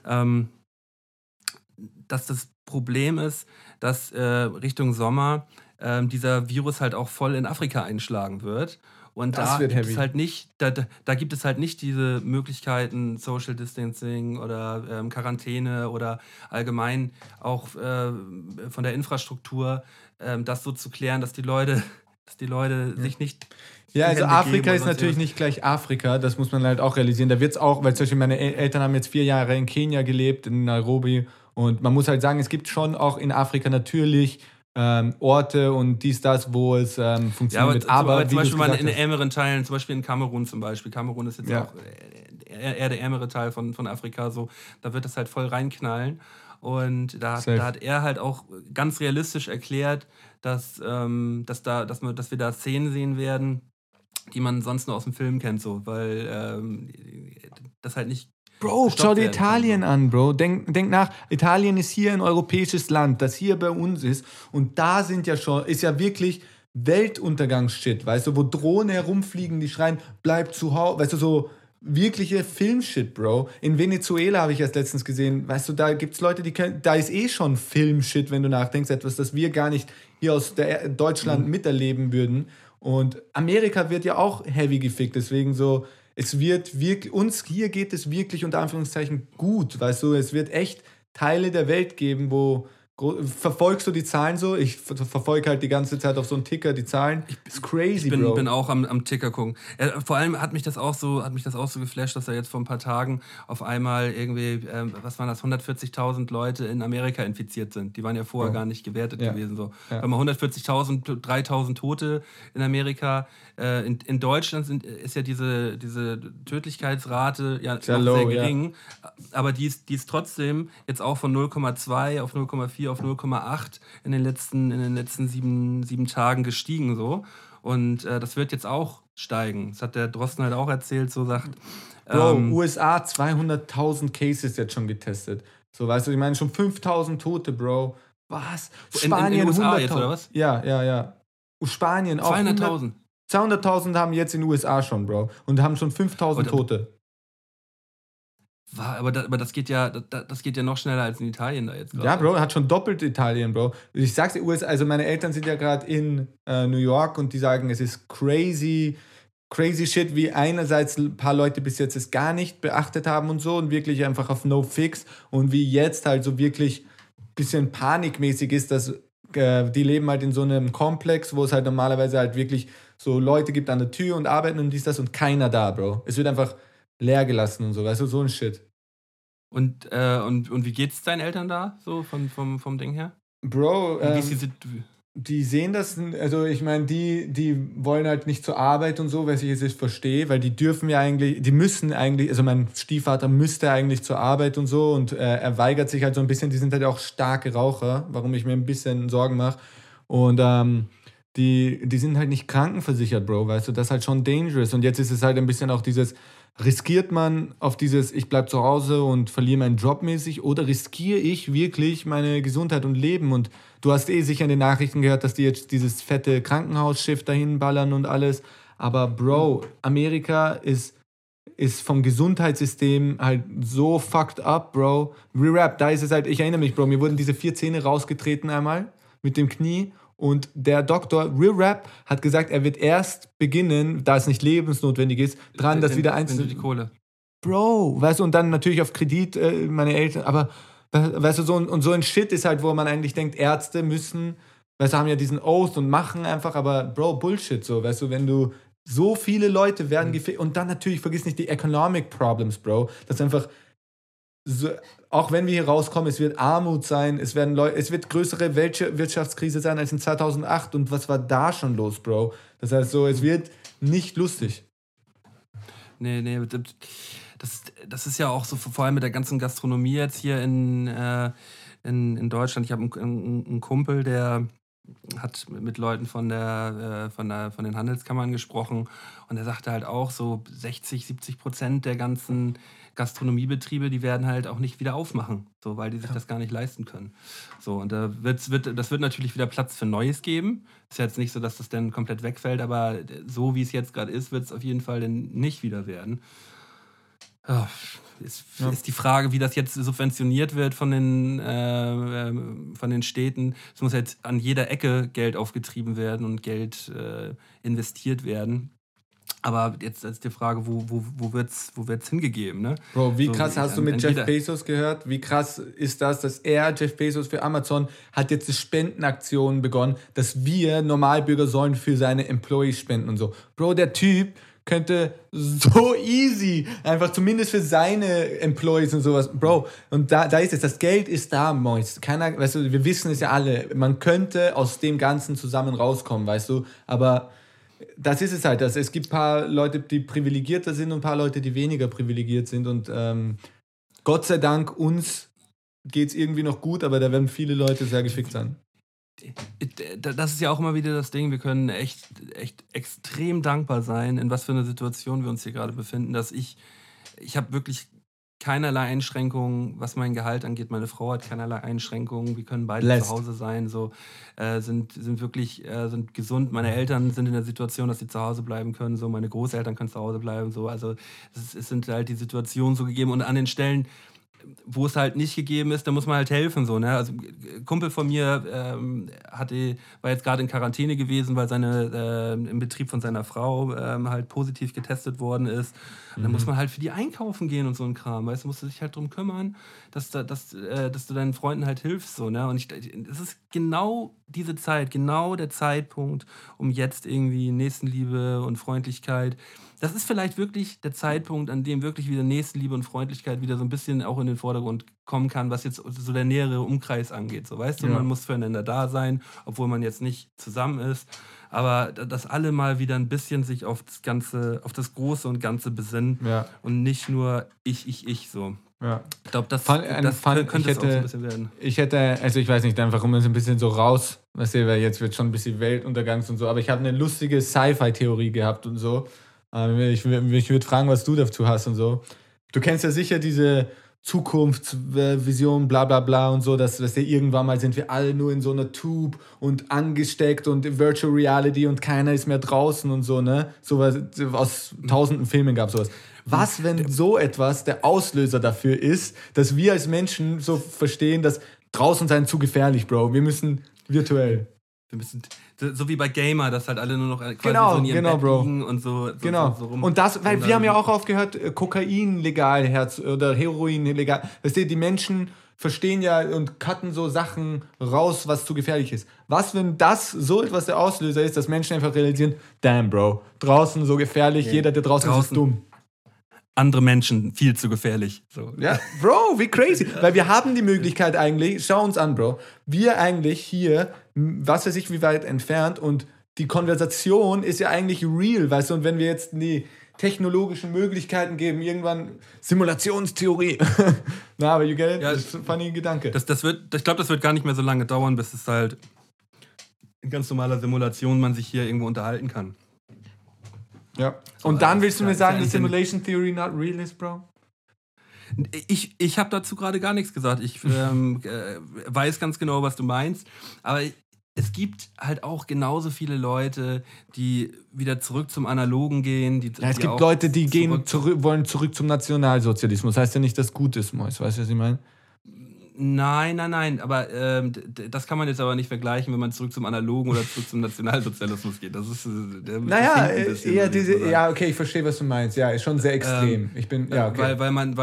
Dass das Problem ist, dass Richtung Sommer dieser Virus halt auch voll in Afrika einschlagen wird. Und Das da wird gibt heavy. es halt nicht, da gibt es halt nicht diese Möglichkeiten, Social Distancing oder Quarantäne oder allgemein auch von der Infrastruktur, das so zu klären, dass die Leute sich nicht Ja, die also Hände Afrika geben ist und sonst natürlich nicht gleich Afrika, das muss man halt auch realisieren. Da wird es auch, weil zum Beispiel meine Eltern haben jetzt 4 Jahre in Kenia gelebt, in Nairobi. Und man muss halt sagen, es gibt schon auch in Afrika natürlich Orte und das, wo es funktioniert. Ja, aber wie zum du's Beispiel mal gesagt in hast. ärmeren Teilen, zum Beispiel in Kamerun zum Beispiel. Kamerun ist jetzt Ja. auch eher der ärmere Teil von Afrika. So, da wird das halt voll reinknallen. Und da Safe. hat er halt auch ganz realistisch erklärt, dass wir da Szenen sehen werden, die man sonst nur aus dem Film kennt, so, weil das halt nicht. Bro, gestoppt schau dir werden kann, Italien so. an, Bro. Denk nach. Italien ist hier ein europäisches Land, das hier bei uns ist. Und da ist ja wirklich Weltuntergangsshit, weißt du, wo Drohnen herumfliegen, die schreien, bleib zu Hause, weißt du, so wirkliche Filmshit, Bro. In Venezuela habe ich erst letztens gesehen, weißt du, da gibt es Leute, da ist eh schon Filmshit, wenn du nachdenkst, etwas, das wir gar nicht hier aus Deutschland miterleben würden. Und Amerika wird ja auch heavy gefickt, deswegen so, es wird wirklich, uns hier geht es wirklich unter Anführungszeichen gut, weißt du, es wird echt Teile der Welt geben, wo verfolgst du die Zahlen so? Ich verfolge halt die ganze Zeit auf so einen Ticker die Zahlen. Ist crazy, Ich Bro. bin auch am Ticker gucken. Vor allem hat mich das auch so geflasht, dass da jetzt vor ein paar Tagen auf einmal irgendwie, was waren das, 140.000 Leute in Amerika infiziert sind. Die waren ja vorher gar nicht gewertet gewesen. So. Ja. Wenn man 140.000, 3.000 Tote in Amerika. In Deutschland ist ja diese Tödlichkeitsrate ja noch Sehr low, sehr gering. Aber die ist trotzdem jetzt auch von 0,2 auf 0,4 auf 0,8 in den letzten 7 Tagen gestiegen. So. Und das wird jetzt auch steigen. Das hat der Drosten halt auch erzählt, so sagt. Bro, USA 200.000 Cases jetzt schon getestet. So, weißt du, ich meine schon 5.000 Tote, Bro. Was? Spanien in USA 100.000. jetzt, oder was? Ja. Spanien auch. 200.000. 200.000 haben jetzt in den USA schon, Bro. Und haben schon 5.000 Tote. Aber das geht ja noch schneller als in Italien da jetzt gerade. Ja, Bro, hat schon doppelt Italien, Bro. Ich sag's dir, USA, also meine Eltern sind ja gerade in New York und die sagen, es ist crazy shit, wie einerseits ein paar Leute bis jetzt es gar nicht beachtet haben und so und wirklich einfach auf No Fix und wie jetzt halt so wirklich ein bisschen panikmäßig ist, dass die leben halt in so einem Komplex, wo es halt normalerweise halt wirklich so Leute gibt an der Tür und arbeiten und das und keiner da, Bro. Es wird einfach leer gelassen und so, weißt du, so ein Shit. Und wie geht's deinen Eltern da, so vom Ding her? Bro, Wie ist die sehen das, also ich meine, die wollen halt nicht zur Arbeit und so, was ich jetzt verstehe, weil die müssen eigentlich, also mein Stiefvater müsste eigentlich zur Arbeit und so und er weigert sich halt so ein bisschen, die sind halt auch starke Raucher, warum ich mir ein bisschen Sorgen mache und die sind halt nicht krankenversichert, Bro, weißt du, das ist halt schon dangerous und jetzt ist es halt ein bisschen auch dieses, riskiert man auf dieses, ich bleib zu Hause und verliere meinen Job mäßig oder riskiere ich wirklich meine Gesundheit und Leben? Und du hast sicher in den Nachrichten gehört, dass die jetzt dieses fette Krankenhausschiff dahin ballern und alles. Aber Bro, Amerika ist vom Gesundheitssystem halt so fucked up, Bro. Re-Rap, da ist es halt, ich erinnere mich, Bro, mir wurden diese 4 Zähne rausgetreten einmal mit dem Knie. Und der Doktor, Real Rap, hat gesagt, er wird erst beginnen, da es nicht lebensnotwendig ist, dass wieder die Kohle. Bro, weißt du, und dann natürlich auf Kredit meine Eltern, aber weißt du, so ein Shit ist halt, wo man eigentlich denkt, Ärzte müssen, weißt du, haben ja diesen Oath und machen einfach, aber Bro, Bullshit, so, weißt du, wenn du so viele Leute werden und dann natürlich, vergiss nicht die Economic Problems, Bro, das ist einfach so, auch wenn wir hier rauskommen, es wird Armut sein, es wird größere Wirtschaftskrise sein als in 2008 und was war da schon los, Bro? Das heißt so, es wird nicht lustig. Nee, das ist ja auch so, vor allem mit der ganzen Gastronomie jetzt hier in Deutschland. Ich habe einen Kumpel, der hat mit Leuten von den Handelskammern gesprochen und er sagte halt auch so 60-70% der ganzen Gastronomiebetriebe, die werden halt auch nicht wieder aufmachen, so, weil die sich das gar nicht leisten können. So, und das wird natürlich wieder Platz für Neues geben. Ist ja jetzt nicht so, dass das dann komplett wegfällt, aber so wie es jetzt gerade ist, wird es auf jeden Fall dann nicht wieder werden. Ist die Frage, wie das jetzt subventioniert wird von den Städten. Es muss jetzt an jeder Ecke Geld aufgetrieben werden und Geld investiert werden. Aber jetzt ist die Frage, wo wird's hingegeben, ne? Bro, wie krass hast du mit Jeff Bezos gehört? Wie krass ist das, dass Jeff Bezos für Amazon hat jetzt eine Spendenaktion begonnen, dass wir Normalbürger sollen für seine Employees spenden und so. Bro, der Typ könnte so easy, einfach zumindest für seine Employees und sowas. Bro, und da ist es, das Geld ist da, Mois. Keiner, weißt du, wir wissen es ja alle, man könnte aus dem Ganzen zusammen rauskommen, weißt du, aber das ist es halt, es gibt ein paar Leute, die privilegierter sind und ein paar Leute, die weniger privilegiert sind und Gott sei Dank, uns geht es irgendwie noch gut, aber da werden viele Leute sehr gefickt sein. Das ist ja auch immer wieder das Ding, wir können echt extrem dankbar sein, in was für einer Situation wir uns hier gerade befinden, dass ich habe wirklich keinerlei Einschränkungen, was mein Gehalt angeht. Meine Frau hat keinerlei Einschränkungen. Wir können beide zu Hause sein, sind wirklich sind gesund. Meine Eltern sind in der Situation, dass sie zu Hause bleiben können. So, meine Großeltern können zu Hause bleiben. So, also es sind halt die Situationen so gegeben und an den Stellen, wo es halt nicht gegeben ist, da muss man halt helfen. So, ne? Also ein Kumpel von mir war jetzt gerade in Quarantäne gewesen, weil im Betrieb von seiner Frau halt positiv getestet worden ist. Und dann muss man halt für die einkaufen gehen und so ein Kram. Weißt du, musst du dich halt drum kümmern, dass du deinen Freunden halt hilfst. So, ne? Und es ist genau diese Zeit, genau der Zeitpunkt, um jetzt irgendwie Nächstenliebe und Freundlichkeit. Das ist vielleicht wirklich der Zeitpunkt, an dem wirklich wieder Nächstenliebe und Freundlichkeit wieder so ein bisschen auch in den Vordergrund kommen kann, was jetzt so der nähere Umkreis angeht. So, weißt du, man muss füreinander da sein, obwohl man jetzt nicht zusammen ist. Aber dass alle mal wieder ein bisschen sich auf das Große und Ganze besinnen und nicht nur ich so. Ja. Ich glaube, das könnte es auch so ein bisschen werden. Ich weiß nicht, einfach um es ein bisschen so raus, weißt du, weil jetzt wird schon ein bisschen Weltuntergangs und so, aber ich habe eine lustige Sci-Fi-Theorie gehabt und so. Ich würde fragen, was du dazu hast und so. Du kennst ja sicher diese Zukunftsvision, bla bla bla und so, dass irgendwann mal sind wir alle nur in so einer Tube und angesteckt und Virtual Reality und keiner ist mehr draußen und so, ne? Sowas, aus tausenden Filmen gab es sowas. Was, wenn so etwas der Auslöser dafür ist, dass wir als Menschen so verstehen, dass draußen sein zu gefährlich, Bro. Wir müssen virtuell. Wir müssen, so wie bei Gamer, dass halt alle nur noch quasi so in ihrem Bett liegen und so rum. Und das, weil wir haben ja auch aufgehört, Kokain legal oder Heroin legal. Weißt du, die Menschen verstehen ja und cutten so Sachen raus, was zu gefährlich ist. Was, wenn das so etwas der Auslöser ist, dass Menschen einfach realisieren, damn, Bro, draußen so gefährlich, jeder, der draußen ist dumm. Andere Menschen viel zu gefährlich. So. Ja, Bro, wie crazy. Weil wir haben die Möglichkeit eigentlich, schau uns an, Bro, wir eigentlich hier, was weiß ich, wie weit entfernt und die Konversation ist ja eigentlich real, weißt du, und wenn wir jetzt die technologischen Möglichkeiten geben, irgendwann Simulationstheorie. Na, aber you get it? Ja, das ist ein funny Gedanke. Ich glaube, das wird gar nicht mehr so lange dauern, bis es halt in ganz normaler Simulation man sich hier irgendwo unterhalten kann. Ja. Und dann willst du mir sagen, dass Simulation Theory not real is, Bro? Ich habe dazu gerade gar nichts gesagt. Ich weiß ganz genau, was du meinst. Aber es gibt halt auch genauso viele Leute, die wieder zurück zum Analogen gehen. Es gibt Leute, die wollen zurück zum Nationalsozialismus. Heißt ja nicht, dass gut ist, Mois. Weißt du, was ich meine? Nein, aber das kann man jetzt aber nicht vergleichen, wenn man zurück zum Analogen oder zurück zum Nationalsozialismus geht. Das ist Naja, das hinkt ein bisschen, eher würde ich diese, mal sagen. ja, okay, ich verstehe, was du meinst. Ja, ist schon sehr extrem. Okay.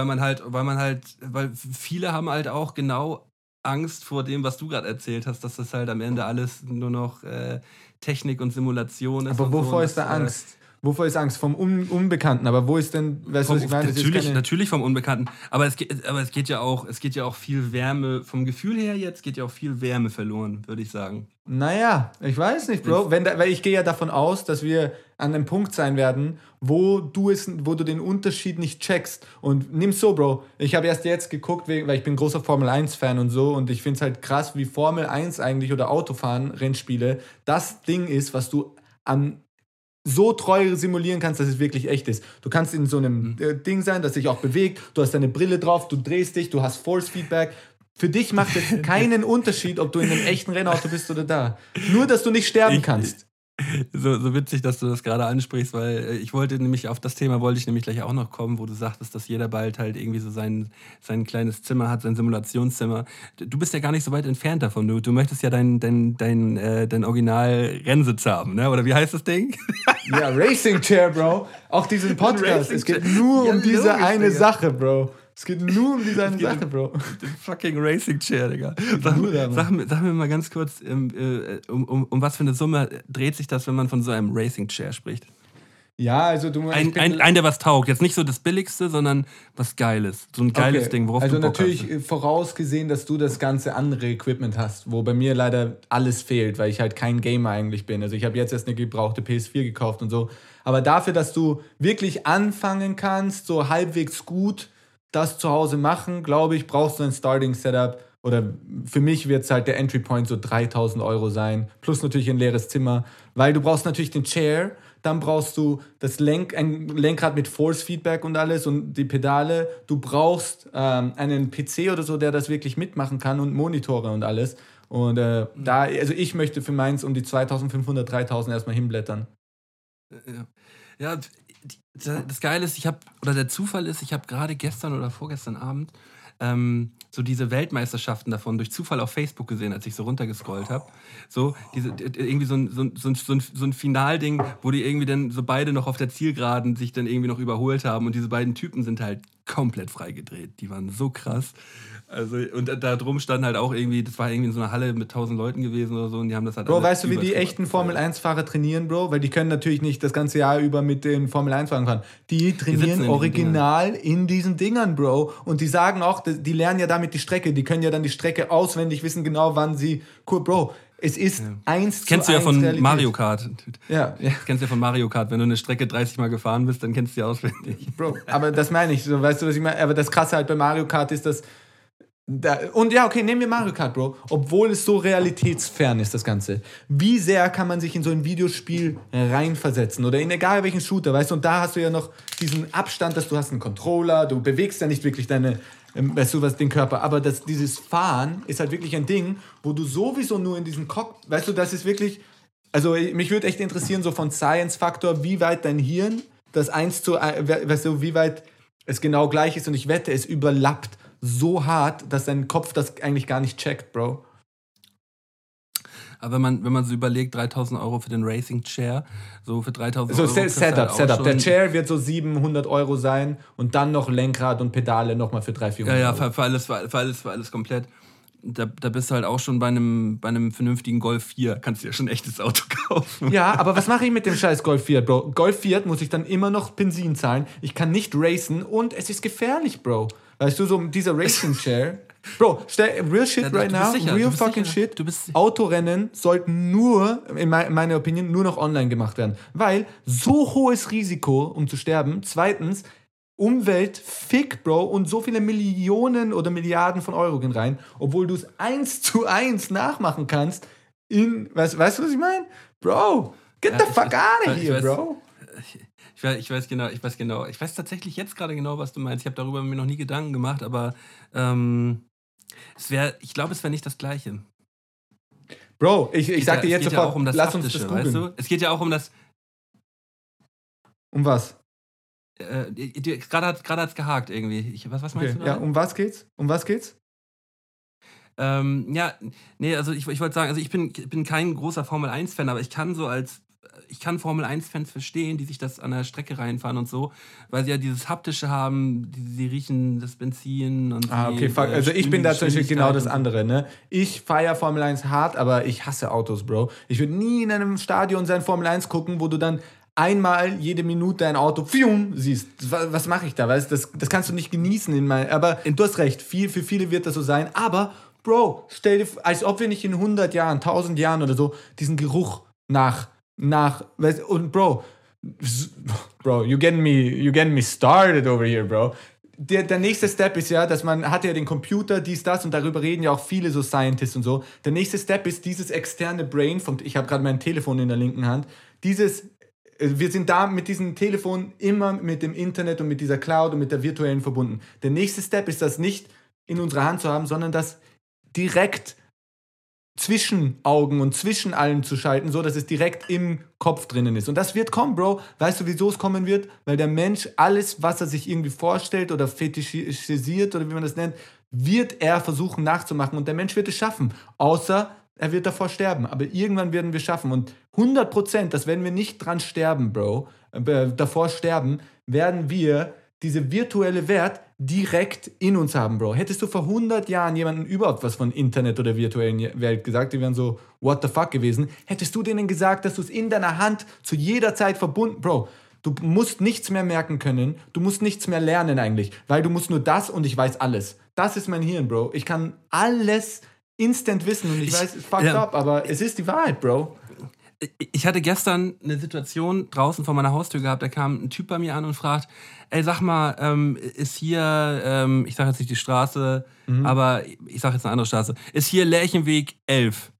Weil viele haben halt auch genau Angst vor dem, was du gerade erzählt hast, dass das halt am Ende alles nur noch Technik und Simulation ist. Aber und so. wovor Und ist da Angst? Wovor ist Angst? Vom Unbekannten. Aber wo ist denn, weißt du, was ich meine? Das ist Natürlich vom Unbekannten. Aber es geht ja auch viel Wärme, vom Gefühl her jetzt geht ja auch viel Wärme verloren, würde ich sagen. Naja, ich weiß nicht, Bro. Weil ich gehe ja davon aus, dass wir an einem Punkt sein werden, wo du den Unterschied nicht checkst. Und nimm's so, Bro. Ich habe erst jetzt geguckt, weil ich bin großer Formel-1-Fan und so. Und ich finde es halt krass, wie Formel 1 eigentlich oder Autofahren, Rennspiele, das Ding ist, was du an so treu simulieren kannst, dass es wirklich echt ist. Du kannst in so einem Ding sein, das sich auch bewegt, du hast deine Brille drauf, du drehst dich, du hast Force-Feedback. Für dich macht es keinen Unterschied, ob du in einem echten Rennauto bist oder da. Nur, dass du nicht sterben kannst. So witzig, dass du das gerade ansprichst, weil auf das Thema wollte ich nämlich gleich auch noch kommen, wo du sagtest, dass jeder bald halt irgendwie so sein kleines Zimmer hat, sein Simulationszimmer. Du bist ja gar nicht so weit entfernt davon. Du möchtest ja dein Original-Rennsitz haben, ne? Oder wie heißt das Ding? Ja, Racing Chair, Bro. Auch diesen Podcast. Es geht nur um diese eine Sache, Bro. Es geht nur um diese eine Sache, Bro. Den fucking Racing Chair, Digga. Sag mir mal ganz kurz, um was für eine Summe dreht sich das, wenn man von so einem Racing Chair spricht? Ja, also du meinst... Ein, der was taugt. Jetzt nicht so das Billigste, sondern was Geiles. So ein geiles Ding, worauf du Bock hast. Also natürlich vorausgesehen, dass du das ganze andere Equipment hast, wo bei mir leider alles fehlt, weil ich halt kein Gamer eigentlich bin. Also ich habe jetzt erst eine gebrauchte PS4 gekauft und so. Aber dafür, dass du wirklich anfangen kannst, so halbwegs gut das zu Hause machen, glaube ich, brauchst du ein Starting-Setup. Oder für mich wird es halt der Entry-Point so 3.000 € sein. Plus natürlich ein leeres Zimmer. Weil du brauchst natürlich den Chair, dann brauchst du ein Lenkrad mit Force-Feedback und alles und die Pedale. Du brauchst einen PC oder so, der das wirklich mitmachen kann und Monitore und alles. Und also ich möchte für meins um die 2.500, 3.000 erstmal hinblättern. Ja, das Geile ist, der Zufall ist, ich habe gerade gestern oder vorgestern Abend so diese Weltmeisterschaften davon durch Zufall auf Facebook gesehen, als ich so runtergescrollt habe. So, irgendwie so ein Finalding, wo die irgendwie dann so beide noch auf der Zielgeraden sich dann irgendwie noch überholt haben und diese beiden Typen sind halt komplett freigedreht. Die waren so krass. Also, und da drum standen halt auch irgendwie, das war irgendwie in so einer Halle mit 1.000 Leuten gewesen oder so und die haben das halt... Bro, weißt du, wie die echten Formel-1-Fahrer trainieren, Bro? Weil die können natürlich nicht das ganze Jahr über mit den Formel-1-Fahrern fahren. Die trainieren original in diesen Dingern, Bro. Und die sagen auch, die lernen ja damit die Strecke. Die können ja dann die Strecke auswendig wissen, genau wann sie... Cool, Bro. Es ist 1:1 kennst du ja von Realität. Mario Kart. Ja. Kennst du ja von Mario Kart. Wenn du eine Strecke 30 Mal gefahren bist, dann kennst du die auswendig. Bro, aber das meine ich. So, weißt du, was ich meine? Aber das Krasse halt bei Mario Kart ist, dass... Und ja, okay, nehmen wir Mario Kart, Bro. Obwohl es so realitätsfern ist, das Ganze. Wie sehr kann man sich in so ein Videospiel reinversetzen? Oder in egal welchen Shooter, weißt du? Und da hast du ja noch diesen Abstand, dass du hast einen Controller, du bewegst ja nicht wirklich den Körper. Aber dieses Fahren ist halt wirklich ein Ding, wo du sowieso nur in diesen Cockpit, weißt du, das ist wirklich... Also mich würde echt interessieren, so von Science-Faktor, wie weit dein Hirn das 1:1, weißt du, wie weit es genau gleich ist. Und ich wette, es überlappt so hart, dass dein Kopf das eigentlich gar nicht checkt, Bro. Aber wenn man so überlegt, 3.000 € für den Racing Chair, so für 3.000 so €... Setup. Der Chair wird so 700 € sein und dann noch Lenkrad und Pedale nochmal für 300-400 €. Ja, für alles komplett. Da bist du halt auch schon bei einem vernünftigen Golf 4, kannst du ja schon ein echtes Auto kaufen. Ja, aber was mache ich mit dem scheiß Golf 4, Bro? Golf 4 muss ich dann immer noch Benzin zahlen, ich kann nicht racen und es ist gefährlich, Bro. Weißt du, so dieser Racing Chair... Bro, real shit right now, real fucking shit. Autorennen sollten nur, in meiner Opinion, nur noch online gemacht werden. Weil so hohes Risiko, um zu sterben. Zweitens, Umwelt, Fick, Bro, und so viele Millionen oder Milliarden von Euro gehen rein, obwohl du es 1:1 nachmachen kannst. Weißt du, was ich meine? Bro, get the fuck out of here, Bro. Ich weiß tatsächlich jetzt gerade genau, was du meinst. Ich habe darüber mir noch nie Gedanken gemacht, aber ich glaube, es wäre nicht das Gleiche. Bro, ich sag dir jetzt sofort, ja auch um das lass uns das googeln. Weißt du? Es geht ja auch um das... Um was? Gerade hat's gehakt irgendwie. Was meinst du da? Ja, um was geht's? Ja, nee, also ich wollte sagen, also ich bin kein großer Formel-1-Fan, aber ich kann Formel-1-Fans verstehen, die sich das an der Strecke reinfahren und so, weil sie ja dieses Haptische haben, sie riechen das Benzin und okay, fuck. Also ich bin da zum Beispiel genau das andere, ne? Ich feiere Formel 1 hart, aber ich hasse Autos, Bro. Ich würde nie in einem Stadion sein Formel 1 gucken, wo du dann einmal jede Minute ein Auto siehst. Was mache ich da? Weißt? Das kannst du nicht genießen. Aber du hast recht, für viele wird das so sein. Aber, Bro, stell dir vor, als ob wir nicht in 100 Jahren, 1000 Jahren oder so diesen Geruch weißt, und Bro, you getting me started over here, Bro. Der nächste Step ist ja, dass man hat ja den Computer, dies, das, und darüber reden ja auch viele so Scientists und so. Der nächste Step ist dieses externe Brain, ich habe gerade mein Telefon in der linken Hand, wir sind da mit diesem Telefon immer mit dem Internet und mit dieser Cloud und mit der virtuellen verbunden. Der nächste Step ist, das nicht in unserer Hand zu haben, sondern das direkt zwischen Augen und zwischen allen zu schalten, so dass es direkt im Kopf drinnen ist. Und das wird kommen, Bro. Weißt du, wieso es kommen wird? Weil der Mensch alles, was er sich irgendwie vorstellt oder fetischisiert oder wie man das nennt, wird er versuchen nachzumachen. Und der Mensch wird es schaffen. Außer er wird davor sterben. Aber irgendwann werden wir schaffen. Und 100%, dass wenn wir nicht dran sterben, Bro, davor sterben, werden wir diese virtuelle Welt direkt in uns haben, Bro. Hättest du vor 100 Jahren jemandem überhaupt was von Internet oder virtuellen Welt gesagt, die wären so, what the fuck gewesen, hättest du denen gesagt, dass du es in deiner Hand zu jeder Zeit verbunden, Bro, du musst nichts mehr merken können, du musst nichts mehr lernen eigentlich, weil du musst nur das und ich weiß alles. Das ist mein Hirn, Bro. Ich kann alles instant wissen und ich weiß, es fucked up, aber es ist die Wahrheit, Bro. Ich hatte gestern eine Situation draußen vor meiner Haustür gehabt, da kam ein Typ bei mir an und fragt, ey, sag mal, ist hier, ich sag jetzt nicht die Straße, aber ich sag jetzt eine andere Straße, ist hier Lärchenweg 11?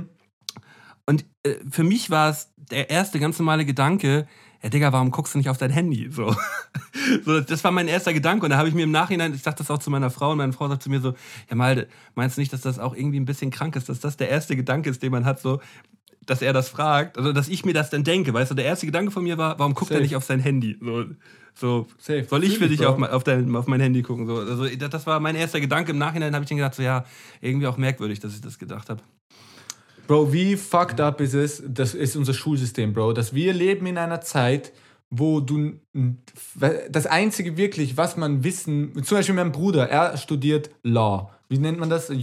Und für mich war es der erste ganz normale Gedanke, ja, Digga, warum guckst du nicht auf dein Handy? So, das war mein erster Gedanke. Und da habe ich mir im Nachhinein, ich sagte das auch zu meiner Frau, und meine Frau sagt zu mir so, ja Malte, meinst du nicht, dass das auch irgendwie ein bisschen krank ist, dass das der erste Gedanke ist, den man hat, so, dass er das fragt, also dass ich mir das dann denke, weißt du, der erste Gedanke von mir war, warum guckt er nicht auf sein Handy? So soll ich für dich auf mein Handy gucken? So, also das war mein erster Gedanke. Im Nachhinein habe ich dann gedacht, so ja, irgendwie auch merkwürdig, dass ich das gedacht habe. Bro, wie fucked up ist es, das ist unser Schulsystem, Bro, dass wir leben in einer Zeit, wo du das Einzige wirklich, was man wissen, zum Beispiel mein Bruder, er studiert Law. Wie nennt man das?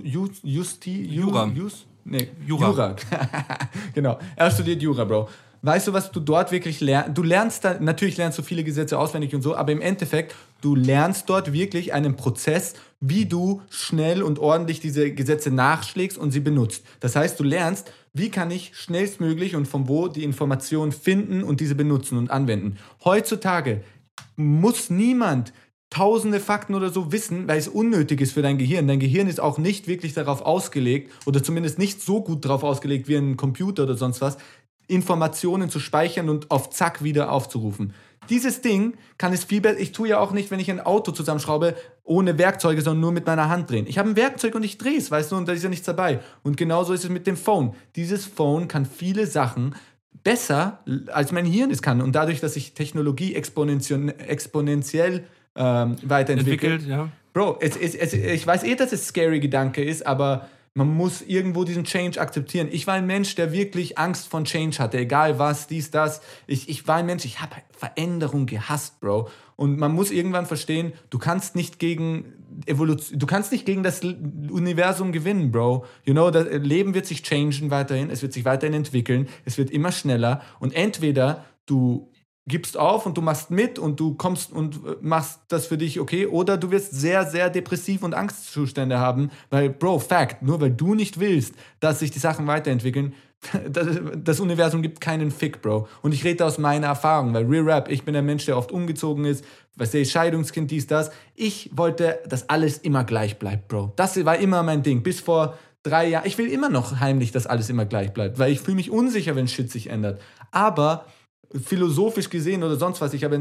Jura. Nee, Jura. Genau. Er studiert Jura, Bro. Weißt du, was du dort wirklich lernst? Natürlich lernst du viele Gesetze auswendig und so, aber im Endeffekt, du lernst dort wirklich einen Prozess, wie du schnell und ordentlich diese Gesetze nachschlägst und sie benutzt. Das heißt, du lernst, wie kann ich schnellstmöglich und von wo die Informationen finden und diese benutzen und anwenden. Heutzutage muss niemand tausende Fakten oder so wissen, weil es unnötig ist für dein Gehirn. Dein Gehirn ist auch nicht wirklich darauf ausgelegt oder zumindest nicht so gut darauf ausgelegt wie ein Computer oder sonst was, Informationen zu speichern und auf Zack wieder aufzurufen. Dieses Ding kann es viel besser. Ich tue ja auch nicht, wenn ich ein Auto zusammenschraube, ohne Werkzeuge, sondern nur mit meiner Hand drehen. Ich habe ein Werkzeug und ich drehe es, weißt du, und da ist ja nichts dabei. Und genauso ist es mit dem Phone. Dieses Phone kann viele Sachen besser, als mein Hirn es kann. Und dadurch, dass sich Technologie exponentiell weiterentwickelt. Ja. Bro, ich weiß dass es ein scary Gedanke ist, aber man muss irgendwo diesen Change akzeptieren. Ich war ein Mensch, der wirklich Angst von Change hatte, egal was, dies, das. Ich war ein Mensch, ich habe Veränderung gehasst, Bro. Und man muss irgendwann verstehen, du kannst nicht gegen Evolution, du kannst nicht gegen das Universum gewinnen, Bro. You know, das Leben wird sich changen weiterhin, es wird sich weiterhin entwickeln, es wird immer schneller. Und entweder du gibst auf und du machst mit und du kommst und machst das für dich okay, oder du wirst sehr, sehr depressiv und Angstzustände haben, weil, Bro, Fact, nur weil du nicht willst, dass sich die Sachen weiterentwickeln, das Universum gibt keinen Fick, Bro. Und ich rede aus meiner Erfahrung, weil Real Rap, ich bin der Mensch, der oft umgezogen ist, Scheidungskind, dies, das. Ich wollte, dass alles immer gleich bleibt, Bro. Das war immer mein Ding, bis vor 3 Jahren. Ich will immer noch heimlich, dass alles immer gleich bleibt, weil ich fühle mich unsicher, wenn Shit sich ändert. Aber philosophisch gesehen oder sonst was. Ich habe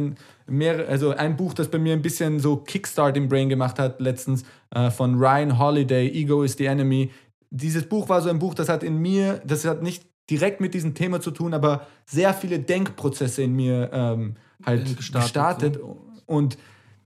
ein Buch, das bei mir ein bisschen so Kickstart im Brain gemacht hat, letztens von Ryan Holiday, Ego is the Enemy. Dieses Buch war so ein Buch, das hat nicht direkt mit diesem Thema zu tun, aber sehr viele Denkprozesse in mir gestartet. So. Und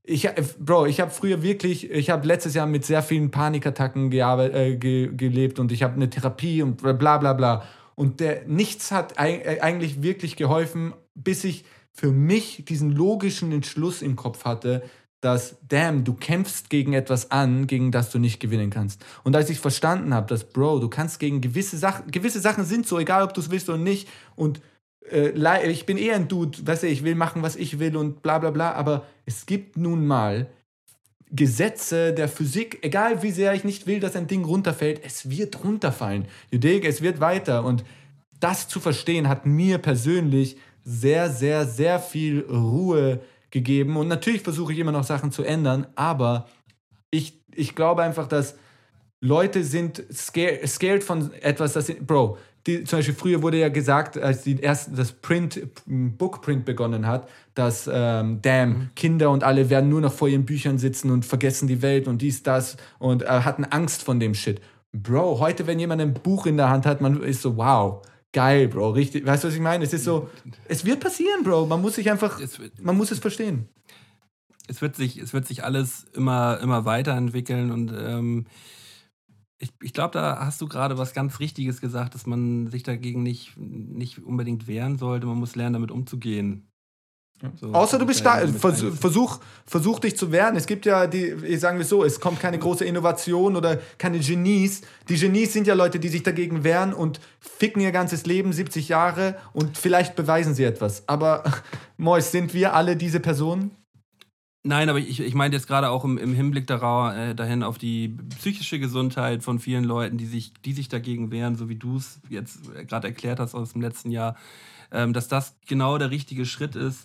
ich habe früher wirklich, ich habe letztes Jahr mit sehr vielen Panikattacken gelebt und ich habe eine Therapie und bla bla bla. Und nichts hat eigentlich wirklich geholfen, bis ich für mich diesen logischen Entschluss im Kopf hatte, dass, damn, du kämpfst gegen etwas an, gegen das du nicht gewinnen kannst. Und als ich verstanden habe, dass, Bro, du kannst gegen gewisse Sachen sind so, egal ob du es willst oder nicht, und ich bin eher ein Dude, weißt du, ich will machen, was ich will und bla bla bla, aber es gibt nun mal Gesetze der Physik, egal wie sehr ich nicht will, dass ein Ding runterfällt, es wird runterfallen. Es wird weiter. Und das zu verstehen, hat mir persönlich sehr, sehr, sehr viel Ruhe gegeben. Und natürlich versuche ich immer noch Sachen zu ändern, aber ich glaube einfach, dass Leute sind scared von etwas, Bro, zum Beispiel früher wurde ja gesagt, als das Bookprint begonnen hat, dass Kinder und alle werden nur noch vor ihren Büchern sitzen und vergessen die Welt und dies, das und hatten Angst von dem Shit. Bro, heute, wenn jemand ein Buch in der Hand hat, man ist so, wow, geil, Bro, richtig, weißt du, was ich meine? Es ist so, es wird passieren, Bro, man muss es verstehen. Es wird sich alles immer weiterentwickeln und ich glaube, da hast du gerade was ganz Richtiges gesagt, dass man sich dagegen nicht unbedingt wehren sollte. Man muss lernen, damit umzugehen. So, außer du bist stark. Versuch dich zu wehren. Es gibt ja sagen wir so, es kommt keine große Innovation oder keine Genies. Die Genies sind ja Leute, die sich dagegen wehren und ficken ihr ganzes Leben, 70 Jahre, und vielleicht beweisen sie etwas. Aber, Mois, sind wir alle diese Personen? Nein, aber ich meine jetzt gerade auch im Hinblick dahin auf die psychische Gesundheit von vielen Leuten, die sich dagegen wehren, so wie du es jetzt gerade erklärt hast aus dem letzten Jahr, dass das genau der richtige Schritt ist,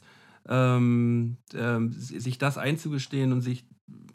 sich das einzugestehen und sich...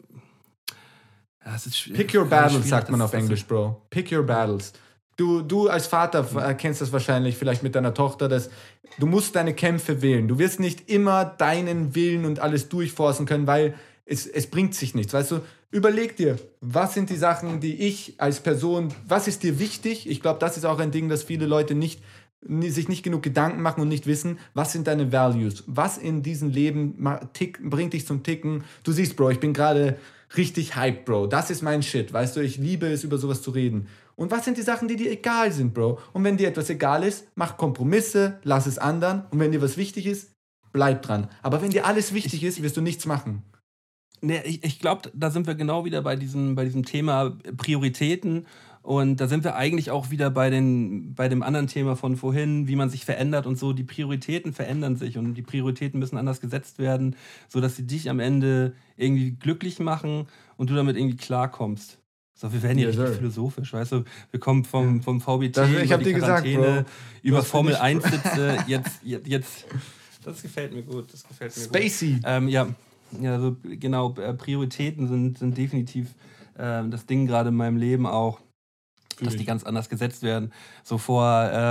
Ja, Pick your battles, sagt man auf Englisch, Bro. Pick your battles. Du als Vater kennst das wahrscheinlich vielleicht mit deiner Tochter, dass du musst deine Kämpfe wählen. Du wirst nicht immer deinen Willen und alles durchforcen können, weil es bringt sich nichts. Weißt du, überleg dir, was sind die Sachen, die ich als Person, was ist dir wichtig? Ich glaube, das ist auch ein Ding, dass viele Leute sich nicht genug Gedanken machen und nicht wissen, was sind deine Values? Was in diesem Leben bringt dich zum Ticken? Du siehst, Bro, ich bin gerade richtig hyped, Bro. Das ist mein Shit, weißt du? Ich liebe es, über sowas zu reden. Und was sind die Sachen, die dir egal sind, Bro? Und wenn dir etwas egal ist, mach Kompromisse, lass es anderen. Und wenn dir was wichtig ist, bleib dran. Aber wenn dir alles wichtig ist, wirst du nichts machen. Ne, ich glaube, da sind wir genau wieder bei diesem Thema Prioritäten. Und da sind wir eigentlich auch wieder bei dem anderen Thema von vorhin, wie man sich verändert und so. Die Prioritäten verändern sich und die Prioritäten müssen anders gesetzt werden, sodass sie dich am Ende irgendwie glücklich machen und du damit irgendwie klarkommst. So, wir werden hier richtig philosophisch, weißt du? Wir kommen vom VBT über die Quarantäne, über Formel 1 Sitze, jetzt. Das gefällt mir gut. Spacey. Ja, so genau. Prioritäten sind definitiv das Ding gerade in meinem Leben auch, dass die ganz anders gesetzt werden. So vor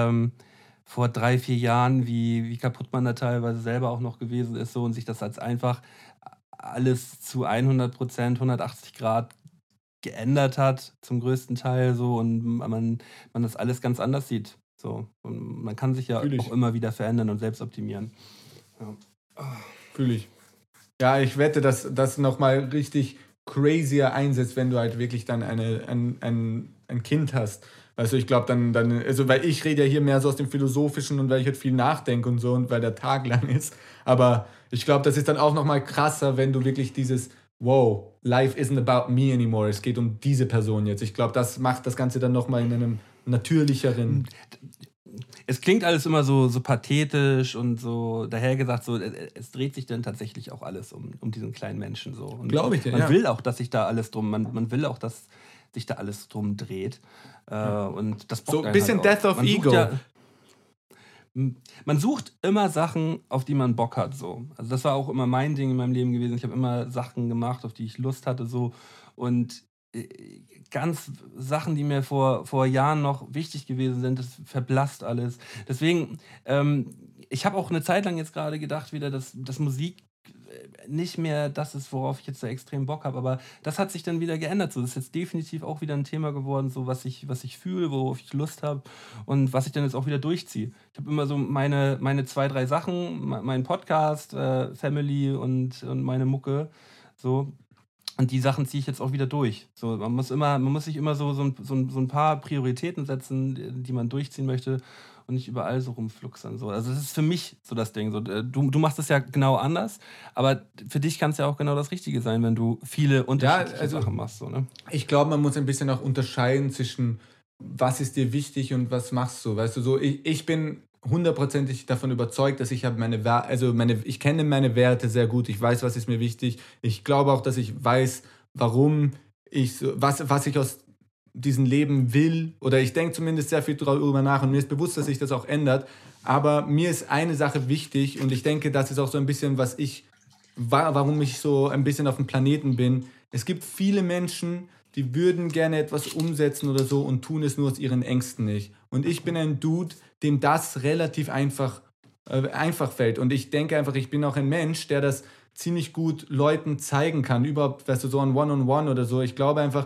3-4 Jahren, wie kaputt man da teilweise selber auch noch gewesen ist, so, und sich das als einfach alles zu 100%, 180 Grad geändert hat, zum größten Teil, so, und man das alles ganz anders sieht. So. Und man kann sich ja auch immer wieder verändern und selbst optimieren. Ja. Fühle ich. Ja, ich wette, dass das nochmal richtig crazier einsetzt, wenn du halt wirklich dann ein Kind hast. Weißt du, ich glaube also weil ich rede ja hier mehr so aus dem Philosophischen und weil ich halt viel nachdenke und so und weil der Tag lang ist. Aber ich glaube, das ist dann auch nochmal krasser, wenn du wirklich dieses wow, life isn't about me anymore, es geht um diese Person jetzt. Ich glaube, das macht das Ganze dann nochmal in einem natürlicheren... Es klingt alles immer so pathetisch und so dahergesagt, so, es dreht sich dann tatsächlich auch alles um diesen kleinen Menschen. So. Glaube ich dir, ja. Man will auch, dass sich da alles man will auch, dass sich da alles drum dreht. Und das so ein bisschen halt Death of Ego. Man sucht immer Sachen, auf die man Bock hat. So. Also das war auch immer mein Ding in meinem Leben gewesen. Ich habe immer Sachen gemacht, auf die ich Lust hatte. So. Und ganz Sachen, die mir vor Jahren noch wichtig gewesen sind, das verblasst alles. Deswegen, ich habe auch eine Zeit lang jetzt gerade gedacht wieder, dass Musik nicht mehr das ist, worauf ich jetzt so extrem Bock habe, aber das hat sich dann wieder geändert. So, das ist jetzt definitiv auch wieder ein Thema geworden, so was ich fühle, worauf ich Lust habe und was ich dann jetzt auch wieder durchziehe. Ich habe immer so meine 2-3 Sachen, meinen Podcast, Family und meine Mucke. So. Und die Sachen ziehe ich jetzt auch wieder durch. So, man muss sich immer so ein paar Prioritäten setzen, die man durchziehen möchte und nicht überall so rumfluxern. So. Also das ist für mich so das Ding. So, du machst es ja genau anders, aber für dich kann es ja auch genau das Richtige sein, wenn du viele unterschiedliche Sachen machst. So, ne? Ich glaube, man muss ein bisschen auch unterscheiden zwischen, was ist dir wichtig und was machst du. Weißt du, so ich bin hundertprozentig davon überzeugt, dass ich habe ich kenne meine Werte sehr gut. Ich weiß, was ist mir wichtig. Ich glaube auch, dass ich weiß, warum was ich aus diesem Leben will. Oder ich denke zumindest sehr viel darüber nach und mir ist bewusst, dass sich das auch ändert. Aber mir ist eine Sache wichtig und ich denke, das ist auch so ein bisschen, warum ich so ein bisschen auf dem Planeten bin. Es gibt viele Menschen, die würden gerne etwas umsetzen oder so und tun es nur aus ihren Ängsten nicht. Und ich bin ein Dude, dem das relativ einfach fällt. Und ich denke einfach, ich bin auch ein Mensch, der das ziemlich gut Leuten zeigen kann. Überhaupt, weißt du, so ein One-on-One oder so. Ich glaube einfach,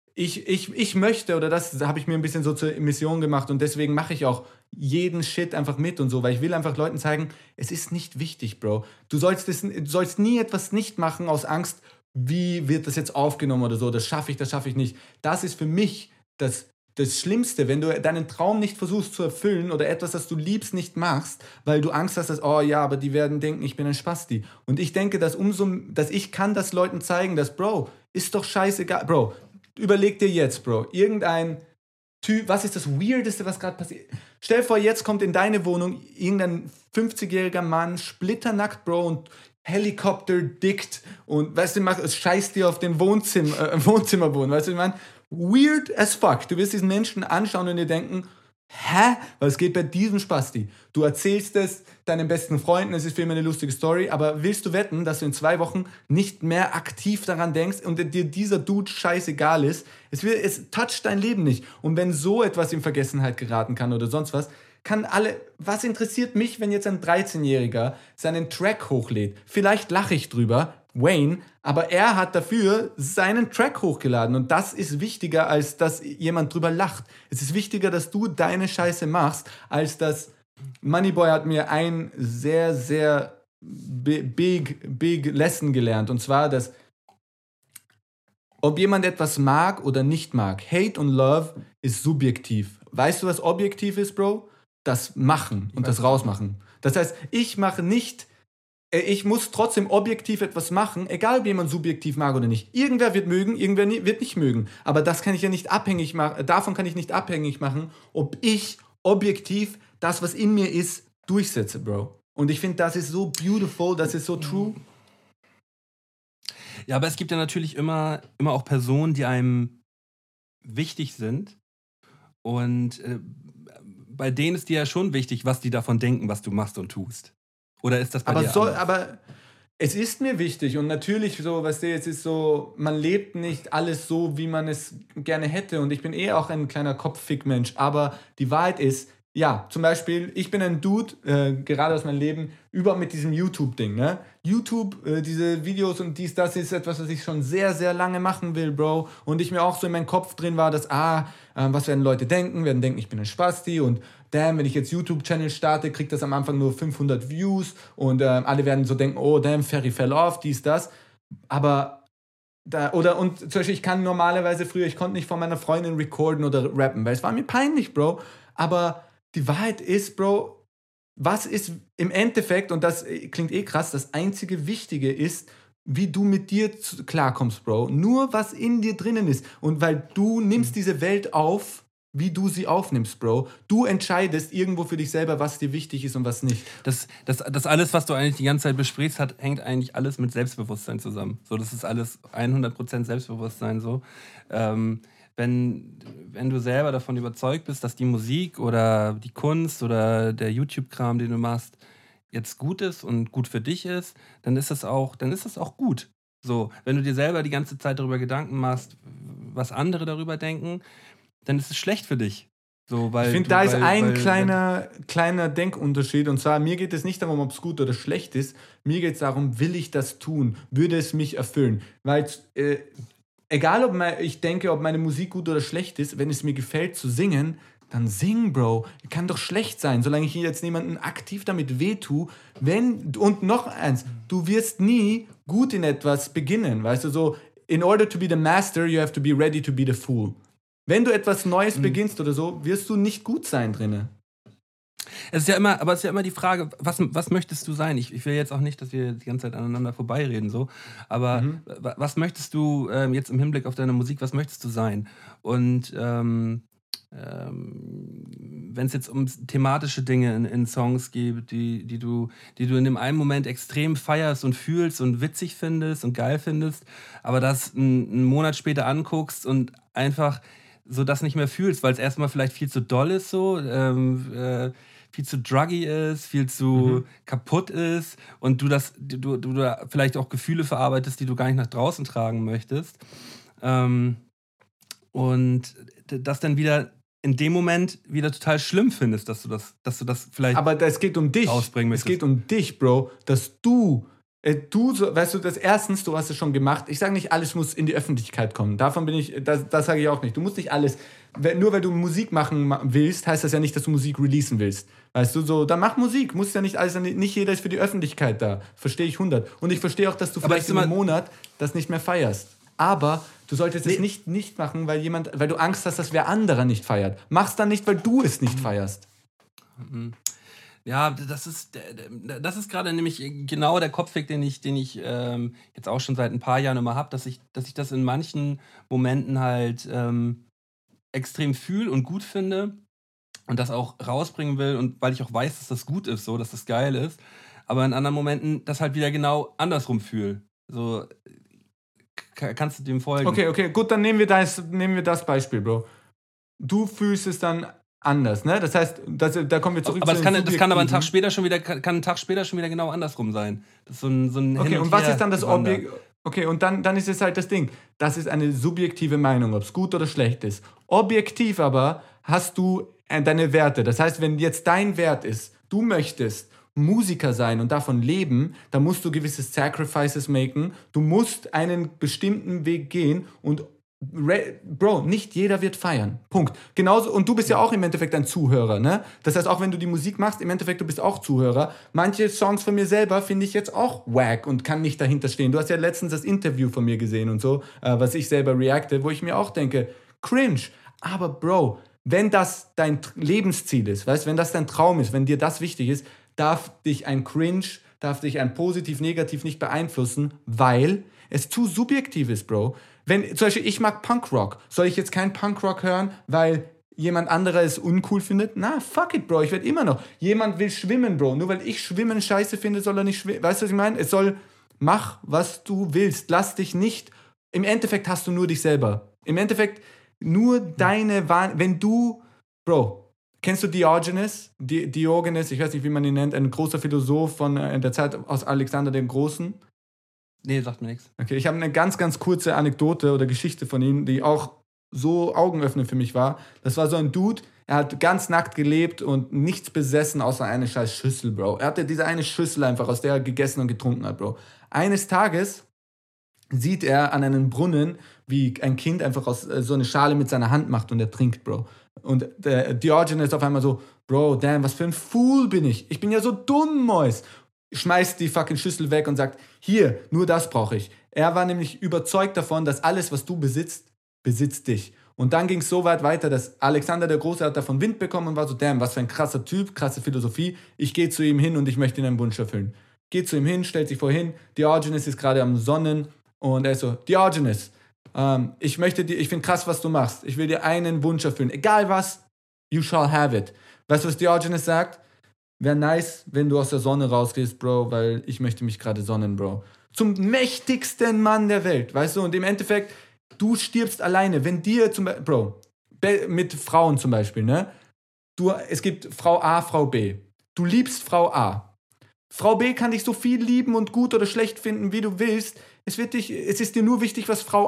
ich möchte, oder das habe ich mir ein bisschen so zur Mission gemacht und deswegen mache ich auch jeden Shit einfach mit und so, weil ich will einfach Leuten zeigen, es ist nicht wichtig, Bro. Du sollst nie etwas nicht machen aus Angst, wie wird das jetzt aufgenommen oder so, das schaffe ich nicht. Das ist für mich das Schlimmste, wenn du deinen Traum nicht versuchst zu erfüllen oder etwas, das du liebst, nicht machst, weil du Angst hast, dass, oh ja, aber die werden denken, ich bin ein Spasti. Und ich denke, dass ich kann das Leuten zeigen, dass, Bro, ist doch scheißegal. Bro, überleg dir jetzt, Bro, irgendein Typ, was ist das Weirdeste, was gerade passiert? Stell dir vor, jetzt kommt in deine Wohnung irgendein 50-jähriger Mann, splitternackt, Bro, und Helikopter dickt und, weißt du, es scheißt dir auf den Wohnzimmerboden, weißt du, ich meine, weird as fuck. Du wirst diesen Menschen anschauen und dir denken, hä? Was geht bei diesem Spasti? Du erzählst es deinen besten Freunden, es ist für immer eine lustige Story, aber willst du wetten, dass du in 2 Wochen nicht mehr aktiv daran denkst und dir dieser Dude scheißegal ist? Es toucht dein Leben nicht. Und wenn so etwas in Vergessenheit geraten kann oder sonst was, was interessiert mich, wenn jetzt ein 13-Jähriger seinen Track hochlädt? Vielleicht lache ich drüber, Wayne, aber er hat dafür seinen Track hochgeladen und das ist wichtiger, als dass jemand drüber lacht. Es ist wichtiger, dass du deine Scheiße machst, als dass Moneyboy hat mir ein sehr, sehr big Lesson gelernt und zwar, dass ob jemand etwas mag oder nicht mag, Hate und Love ist subjektiv. Weißt du, was objektiv ist, Bro? Das Machen und das Rausmachen. Das heißt, ich muss trotzdem objektiv etwas machen, egal ob jemand subjektiv mag oder nicht. Irgendwer wird mögen, irgendwer wird nicht mögen. Aber das kann ich ja nicht abhängig machen, davon kann ich nicht abhängig machen, ob ich objektiv das, was in mir ist, durchsetze, Bro. Und ich finde, das ist so beautiful, das ist so true. Ja, aber es gibt ja natürlich immer auch Personen, die einem wichtig sind und bei denen ist dir ja schon wichtig, was die davon denken, was du machst und tust. Oder ist das bei dir anders? Aber es ist mir wichtig und natürlich so, weißt du, es ist so, man lebt nicht alles so, wie man es gerne hätte und ich bin auch ein kleiner Kopffick-Mensch, aber die Wahrheit ist, ja, zum Beispiel, ich bin ein Dude, gerade aus meinem Leben, überhaupt mit diesem YouTube-Ding, ne? YouTube, diese Videos und das ist etwas, was ich schon sehr, sehr lange machen will, Bro. Und ich mir auch so in meinem Kopf drin war, dass, was werden Leute denken? Werden denken, ich bin ein Spasti und damn, wenn ich jetzt YouTube-Channel starte, kriegt das am Anfang nur 500 Views und alle werden so denken, oh, damn, Ferry fell off, dies, das. Aber und zum Beispiel, ich kann normalerweise früher, ich konnte nicht von meiner Freundin recorden oder rappen, weil es war mir peinlich, Bro. Aber die Wahrheit ist, Bro, was ist im Endeffekt, und das klingt krass, das einzige Wichtige ist, wie du mit dir klarkommst, Bro. Nur was in dir drinnen ist. Und weil du nimmst diese Welt auf, wie du sie aufnimmst, Bro. Du entscheidest irgendwo für dich selber, was dir wichtig ist und was nicht. Das alles, was du eigentlich die ganze Zeit besprichst, hängt eigentlich alles mit Selbstbewusstsein zusammen. So, das ist alles 100% Selbstbewusstsein so. Wenn du selber davon überzeugt bist, dass die Musik oder die Kunst oder der YouTube-Kram, den du machst, jetzt gut ist und gut für dich ist, dann ist das auch gut. So, wenn du dir selber die ganze Zeit darüber Gedanken machst, was andere darüber denken, dann ist es schlecht für dich. So, ich finde, da ist ein kleiner Denkunterschied. Und zwar, mir geht es nicht darum, ob es gut oder schlecht ist. Mir geht es darum, will ich das tun? Würde es mich erfüllen? Weil egal, ich denke, ob meine Musik gut oder schlecht ist, wenn es mir gefällt zu singen, dann sing, Bro. Kann doch schlecht sein, solange ich hier jetzt niemanden aktiv damit wehtue. Und noch eins, du wirst nie gut in etwas beginnen, weißt du, so, in order to be the master, you have to be ready to be the fool. Wenn du etwas Neues beginnst oder so, wirst du nicht gut sein drinnen. Es ist ja immer die Frage, was möchtest du sein? Ich will jetzt auch nicht, dass wir die ganze Zeit aneinander vorbeireden, so. Aber was möchtest du jetzt im Hinblick auf deine Musik, was möchtest du sein? Und wenn es jetzt um thematische Dinge in Songs geht, die du in dem einen Moment extrem feierst und fühlst und witzig findest und geil findest, aber das einen Monat später anguckst und einfach so das nicht mehr fühlst, weil es erstmal vielleicht viel zu doll ist, so viel zu druggy ist, viel zu kaputt ist und du da vielleicht auch Gefühle verarbeitest, die du gar nicht nach draußen tragen möchtest. Und das dann wieder in dem Moment wieder total schlimm findest, dass du das vielleicht. Aber es geht um dich. Ausbringen möchtest. Es geht um dich, Bro, dass du weißt du, erstens, du hast es schon gemacht. Ich sage nicht, alles muss in die Öffentlichkeit kommen. Davon bin ich, das sage ich auch nicht. Du musst nicht alles, nur weil du Musik machen willst, heißt das ja nicht, dass du Musik releasen willst. Weißt du, so, dann mach Musik. Muss ja nicht alles, nicht jeder ist für die Öffentlichkeit da. Verstehe ich 100. Und ich verstehe auch, dass du vielleicht in einem Monat das nicht mehr feierst. Aber du solltest es nicht machen, weil du Angst hast, dass wer anderer nicht feiert. Mach's dann nicht, weil du es nicht feierst. Ja, das ist gerade nämlich genau der Kopfweg, den ich jetzt auch schon seit ein paar Jahren immer habe, dass ich das in manchen Momenten halt extrem fühle und gut finde und das auch rausbringen will und weil ich auch weiß, dass das gut ist, so, dass das geil ist, aber in anderen Momenten das halt wieder genau andersrum fühle. So, kannst du dem folgen? Okay, gut, dann nehmen wir das Beispiel, Bro. Du fühlst es dann anders, ne? Das heißt, da kommen wir zurück aber zu das kann aber einen Tag später schon wieder genau andersrum sein. Das ist so ein Okay, und was ist dann das Objekt? Okay, und dann ist es halt das Ding. Das ist eine subjektive Meinung, ob es gut oder schlecht ist. Objektiv aber hast du deine Werte. Das heißt, wenn jetzt dein Wert ist, du möchtest Musiker sein und davon leben, dann musst du gewisse Sacrifices machen. Du musst einen bestimmten Weg gehen und Bro, nicht jeder wird feiern. Punkt. Genauso, und du bist ja auch im Endeffekt ein Zuhörer, ne? Das heißt, auch wenn du die Musik machst, im Endeffekt, du bist auch Zuhörer. Manche Songs von mir selber finde ich jetzt auch wack und kann nicht dahinter stehen. Du hast ja letztens das Interview von mir gesehen und so, was ich selber reacte, wo ich mir auch denke, cringe. Aber Bro, wenn das dein Lebensziel ist, weißt, wenn das dein Traum ist, wenn dir das wichtig ist, darf dich ein positiv, negativ nicht beeinflussen, weil es zu subjektiv ist, Bro. Wenn, zum Beispiel, ich mag Punkrock. Soll ich jetzt kein Punkrock hören, weil jemand anderer es uncool findet? Na, fuck it, Bro. Ich werde immer noch. Jemand will schwimmen, Bro. Nur weil ich Schwimmen scheiße finde, soll er nicht schwimmen. Weißt du, was ich meine? Mach, was du willst. Lass dich nicht. Im Endeffekt hast du nur dich selber. Im Endeffekt nur deine wenn du, Bro, kennst du Diogenes? Diogenes, ich weiß nicht, wie man ihn nennt, ein großer Philosoph von der Zeit aus Alexander dem Großen. Nee, sagt mir nichts. Okay, ich habe eine ganz, ganz kurze Anekdote oder Geschichte von ihm, die auch so augenöffnend für mich war. Das war so ein Dude, er hat ganz nackt gelebt und nichts besessen, außer eine scheiß Schüssel, Bro. Er hatte diese eine Schüssel einfach, aus der er gegessen und getrunken hat, Bro. Eines Tages sieht er an einem Brunnen, wie ein Kind einfach aus so eine Schale mit seiner Hand macht und er trinkt, Bro. Und der Diogenes auf einmal so, Bro, damn, was für ein Fool bin ich. Ich bin ja so dumm, Mäus. Schmeißt die fucking Schüssel weg und sagt, hier, nur das brauche ich. Er war nämlich überzeugt davon, dass alles, was du besitzt, besitzt dich. Und dann ging es so weit weiter, dass Alexander der Große hat davon Wind bekommen und war so, damn, was für ein krasser Typ, krasse Philosophie. Ich gehe zu ihm hin und ich möchte ihn einen Wunsch erfüllen. Geht zu ihm hin, stellt sich vorhin, Diogenes ist gerade am Sonnen und er ist so, Diogenes, ich finde krass, was du machst. Ich will dir einen Wunsch erfüllen. Egal was, you shall have it. Weißt du, was Diogenes sagt? Wäre nice, wenn du aus der Sonne rausgehst, Bro, weil ich möchte mich gerade sonnen, Bro. Zum mächtigsten Mann der Welt, weißt du? Und im Endeffekt, du stirbst alleine. Wenn dir zum Beispiel, Bro, mit Frauen zum Beispiel, ne? Es gibt Frau A, Frau B. Du liebst Frau A. Frau B kann dich so viel lieben und gut oder schlecht finden, wie du willst. Es ist dir nur wichtig, was Frau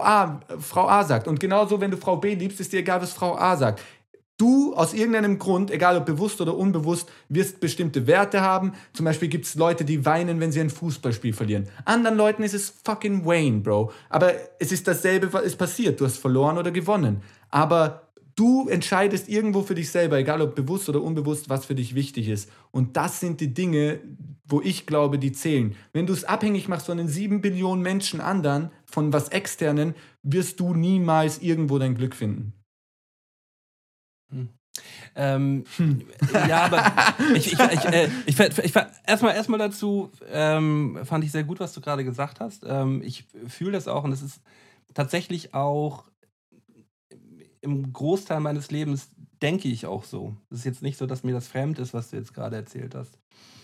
A sagt. Und genauso, wenn du Frau B liebst, ist dir egal, was Frau A sagt. Du, aus irgendeinem Grund, egal ob bewusst oder unbewusst, wirst bestimmte Werte haben. Zum Beispiel gibt es Leute, die weinen, wenn sie ein Fußballspiel verlieren. Anderen Leuten ist es fucking Wayne, Bro. Aber es ist dasselbe, was ist passiert. Du hast verloren oder gewonnen. Aber Du entscheidest irgendwo für dich selber, egal ob bewusst oder unbewusst, was für dich wichtig ist. Und das sind die Dinge, wo ich glaube, die zählen. Wenn du es abhängig machst von den 7 Billionen Menschen anderen, von was Externen, wirst du niemals irgendwo dein Glück finden. Ja, aber ich erstmal dazu, fand ich sehr gut, was du gerade gesagt hast. Ich fühle das auch und es ist tatsächlich auch im Großteil meines Lebens denke ich auch so. Es ist jetzt nicht so, dass mir das fremd ist, was du jetzt gerade erzählt hast.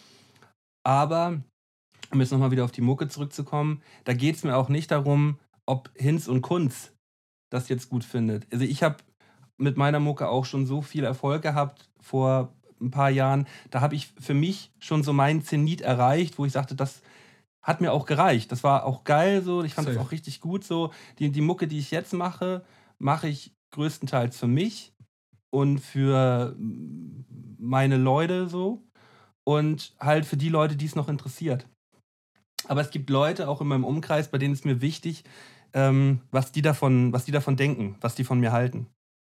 Aber, um jetzt nochmal wieder auf die Mucke zurückzukommen, da geht es mir auch nicht darum, ob Hinz und Kunz das jetzt gut findet. Also ich habe mit meiner Mucke auch schon so viel Erfolg gehabt vor ein paar Jahren. Da habe ich für mich schon so meinen Zenit erreicht, wo ich sagte, das hat mir auch gereicht. Das war auch geil so. Ich fand das auch richtig gut so. Die Mucke, die ich jetzt mache ich größtenteils für mich und für meine Leute so und halt für die Leute, die es noch interessiert. Aber es gibt Leute auch in meinem Umkreis, bei denen ist mir wichtig, was die davon denken, was die von mir halten.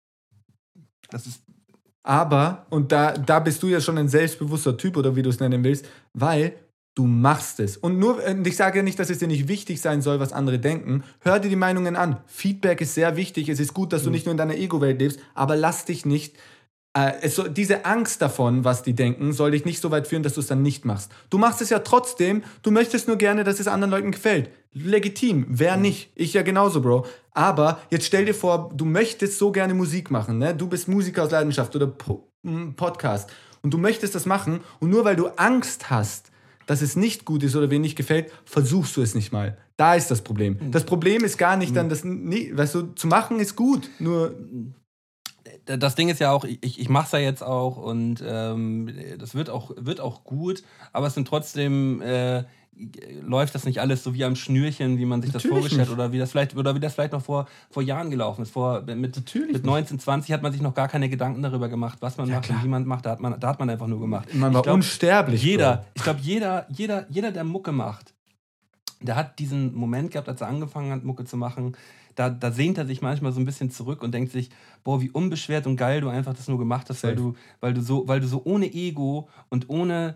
Das ist. Aber, und da bist du ja schon ein selbstbewusster Typ oder wie du es nennen willst, weil du machst es. Und ich sage ja nicht, dass es dir nicht wichtig sein soll, was andere denken. Hör dir die Meinungen an. Feedback ist sehr wichtig. Es ist gut, dass du nicht nur in deiner Ego-Welt lebst, aber lass dich nicht. Diese Angst davon, was die denken, soll dich nicht so weit führen, dass du es dann nicht machst. Du machst es ja trotzdem, du möchtest nur gerne, dass es anderen Leuten gefällt. Legitim, wer nicht? Ich ja genauso, Bro. Aber jetzt stell dir vor, du möchtest so gerne Musik machen, ne? Du bist Musiker aus Leidenschaft oder Podcast und du möchtest das machen und nur weil du Angst hast, dass es nicht gut ist oder wer nicht gefällt, versuchst du es nicht mal. Da ist das Problem. Das Problem ist gar nicht dann, weißt du, zu machen ist gut, nur. Das Ding ist ja auch, ich mache es ja jetzt auch und das wird auch gut, aber es sind trotzdem, läuft das nicht alles so wie am Schnürchen, wie man sich Natürlich das vorgestellt nicht. oder wie das vielleicht noch vor Jahren gelaufen ist. Mit 19, 20 hat man sich noch gar keine Gedanken darüber gemacht, was man macht und wie man macht. Da hat man einfach nur gemacht. Man war unsterblich. Ich glaube, jeder, der Mucke macht, der hat diesen Moment gehabt, als er angefangen hat, Mucke zu machen. Da sehnt er sich manchmal so ein bisschen zurück und denkt sich, boah, wie unbeschwert und geil du einfach das nur gemacht hast, weil du so ohne Ego und ohne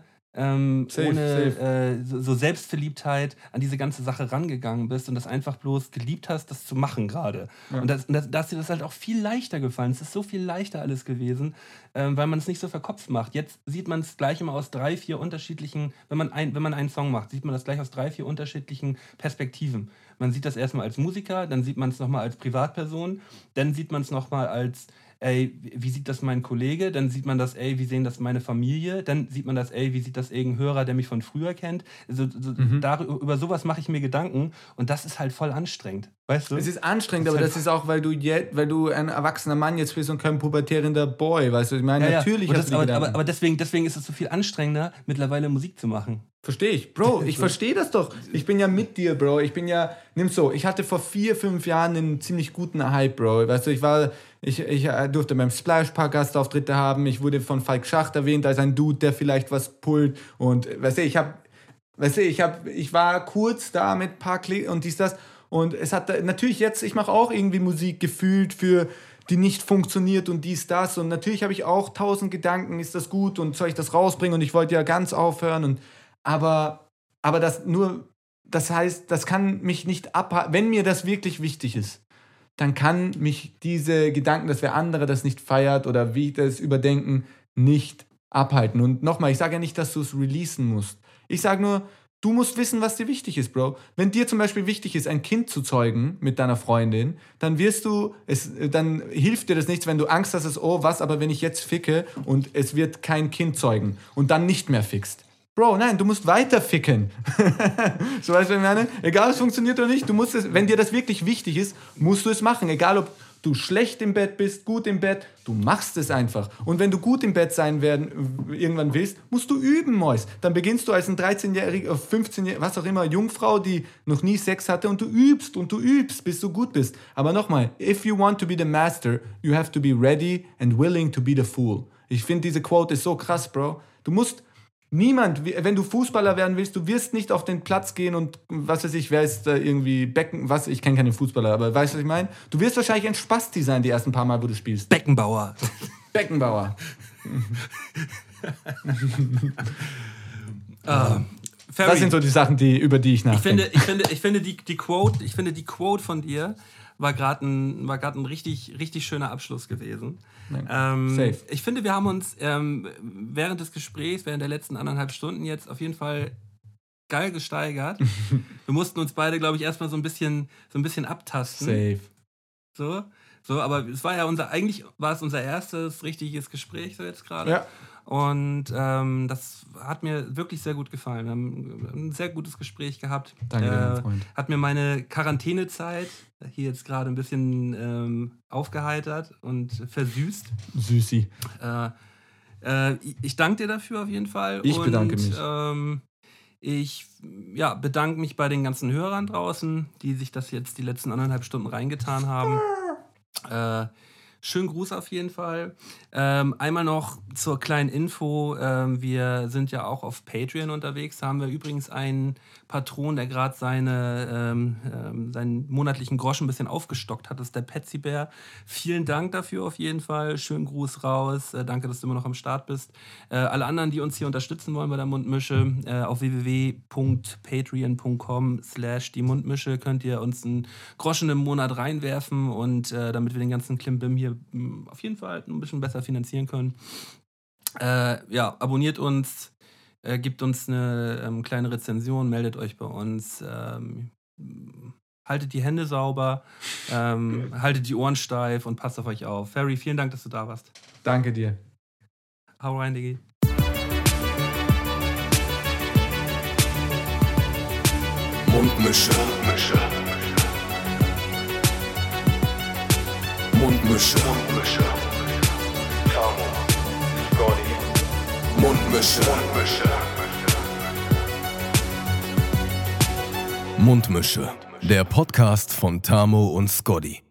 so Selbstverliebtheit an diese ganze Sache rangegangen bist und das einfach bloß geliebt hast, das zu machen gerade. Ja. Und da ist dir das halt auch viel leichter gefallen. Es ist so viel leichter alles gewesen, weil man es nicht so verkopft macht. Jetzt sieht man es gleich immer aus 3, 4 unterschiedlichen, wenn man einen Song macht, sieht man das gleich aus 3, 4 unterschiedlichen Perspektiven. Man sieht das erstmal als Musiker, dann sieht man es nochmal als Privatperson, dann sieht man es nochmal als, ey, wie sieht das mein Kollege? Dann sieht man das, ey, wie sehen das meine Familie? Dann sieht man das, ey, wie sieht das irgendein Hörer, der mich von früher kennt? Über sowas mache ich mir Gedanken und das ist halt voll anstrengend, weißt du? Es ist anstrengend, aber das ist auch, weil du ein erwachsener Mann jetzt bist und kein pubertierender Boy, weißt du? Ich meine, natürlich hast du Gedanken. Aber deswegen ist es so viel anstrengender, mittlerweile Musik zu machen. Verstehe ich. Bro, ich verstehe das doch. Ich bin ja mit dir, Bro. Ich hatte vor 4, 5 Jahren einen ziemlich guten Hype, Bro. Weißt du, ich durfte beim Splash-Park Gastauftritte haben. Ich wurde von Falk Schacht erwähnt als ein Dude, der vielleicht was pullt. Und weißt du, ich war kurz da mit ein paar Klick und dies, das. Und es hat natürlich jetzt, ich mache auch irgendwie Musik gefühlt für die nicht funktioniert und dies, das. Und natürlich habe ich auch 1000 Gedanken, ist das gut und soll ich das rausbringen? Und ich wollte ja ganz aufhören. Aber das heißt, das kann mich nicht abhalten. Wenn mir das wirklich wichtig ist, dann kann mich diese Gedanken, dass wer andere das nicht feiert oder wie ich das überdenken, nicht abhalten. Und nochmal, ich sage ja nicht, dass du es releasen musst. Ich sage nur, du musst wissen, was dir wichtig ist, Bro. Wenn dir zum Beispiel wichtig ist, ein Kind zu zeugen mit deiner Freundin, dann hilft dir das nichts, wenn du Angst hast, aber wenn ich jetzt ficke und es wird kein Kind zeugen und dann nicht mehr fickst. Bro, nein, du musst weiter ficken. So, weißt du, was ich meine? Egal, ob es funktioniert oder nicht, du musst es, wenn dir das wirklich wichtig ist, musst du es machen. Egal, ob du schlecht im Bett bist, gut im Bett, du machst es einfach. Und wenn du gut im Bett sein irgendwann willst, musst du üben, Mäus. Dann beginnst du als ein 13-jähriger, 15-jähriger, was auch immer, Jungfrau, die noch nie Sex hatte und du übst, bis du gut bist. Aber nochmal, if you want to be the master, you have to be ready and willing to be the fool. Ich finde, diese Quote ist so krass, Bro. Du musst Niemand, wenn du Fußballer werden willst, du wirst nicht auf den Platz gehen und was weiß ich, wer ist da irgendwie ich kenne keine Fußballer, aber weißt du, was ich meine? Du wirst wahrscheinlich ein Spasti sein, die ersten paar Mal, wo du spielst. Beckenbauer. Das sind so die Sachen, über die ich nachdenke. Ich finde die Quote von dir war gerade ein richtig schöner Abschluss gewesen. Safe. Ich finde, wir haben uns während des Gesprächs, während der letzten 1,5 Stunden jetzt auf jeden Fall geil gesteigert. Wir mussten uns beide, glaube ich, erstmal so ein bisschen abtasten. Safe. So, aber eigentlich war es unser erstes richtiges Gespräch so jetzt gerade. Ja. Und das hat mir wirklich sehr gut gefallen. Wir haben ein sehr gutes Gespräch gehabt. Danke, mein Freund. Hat mir meine Quarantänezeit hier jetzt gerade ein bisschen aufgeheitert und versüßt. Süßi. Ich danke dir dafür auf jeden Fall. Ich bedanke mich. Ich bedanke mich bei den ganzen Hörern draußen, die sich das jetzt die letzten 1,5 Stunden reingetan haben. Schönen Gruß auf jeden Fall. Einmal noch zur kleinen Info. Wir sind ja auch auf Patreon unterwegs. Da haben wir übrigens einen Patron, der gerade seinen monatlichen Groschen ein bisschen aufgestockt hat. Das ist der Petsybär. Vielen Dank dafür auf jeden Fall. Schönen Gruß raus. Danke, dass du immer noch am Start bist. Alle anderen, die uns hier unterstützen wollen bei der Mundmische, auf www.patreon.com/die Mundmische könnt ihr uns einen Groschen im Monat reinwerfen und damit wir den ganzen Klimbim hier auf jeden Fall ein bisschen besser finanzieren können. Abonniert uns, gebt uns eine kleine Rezension, meldet euch bei uns, haltet die Hände sauber, haltet die Ohren steif und passt auf euch auf. Ferry, vielen Dank, dass du da warst. Danke dir. Hau rein, Diggi. Mundmische. Tamo, Scotty. Mundmische. Der Podcast von Tamo und Scotty.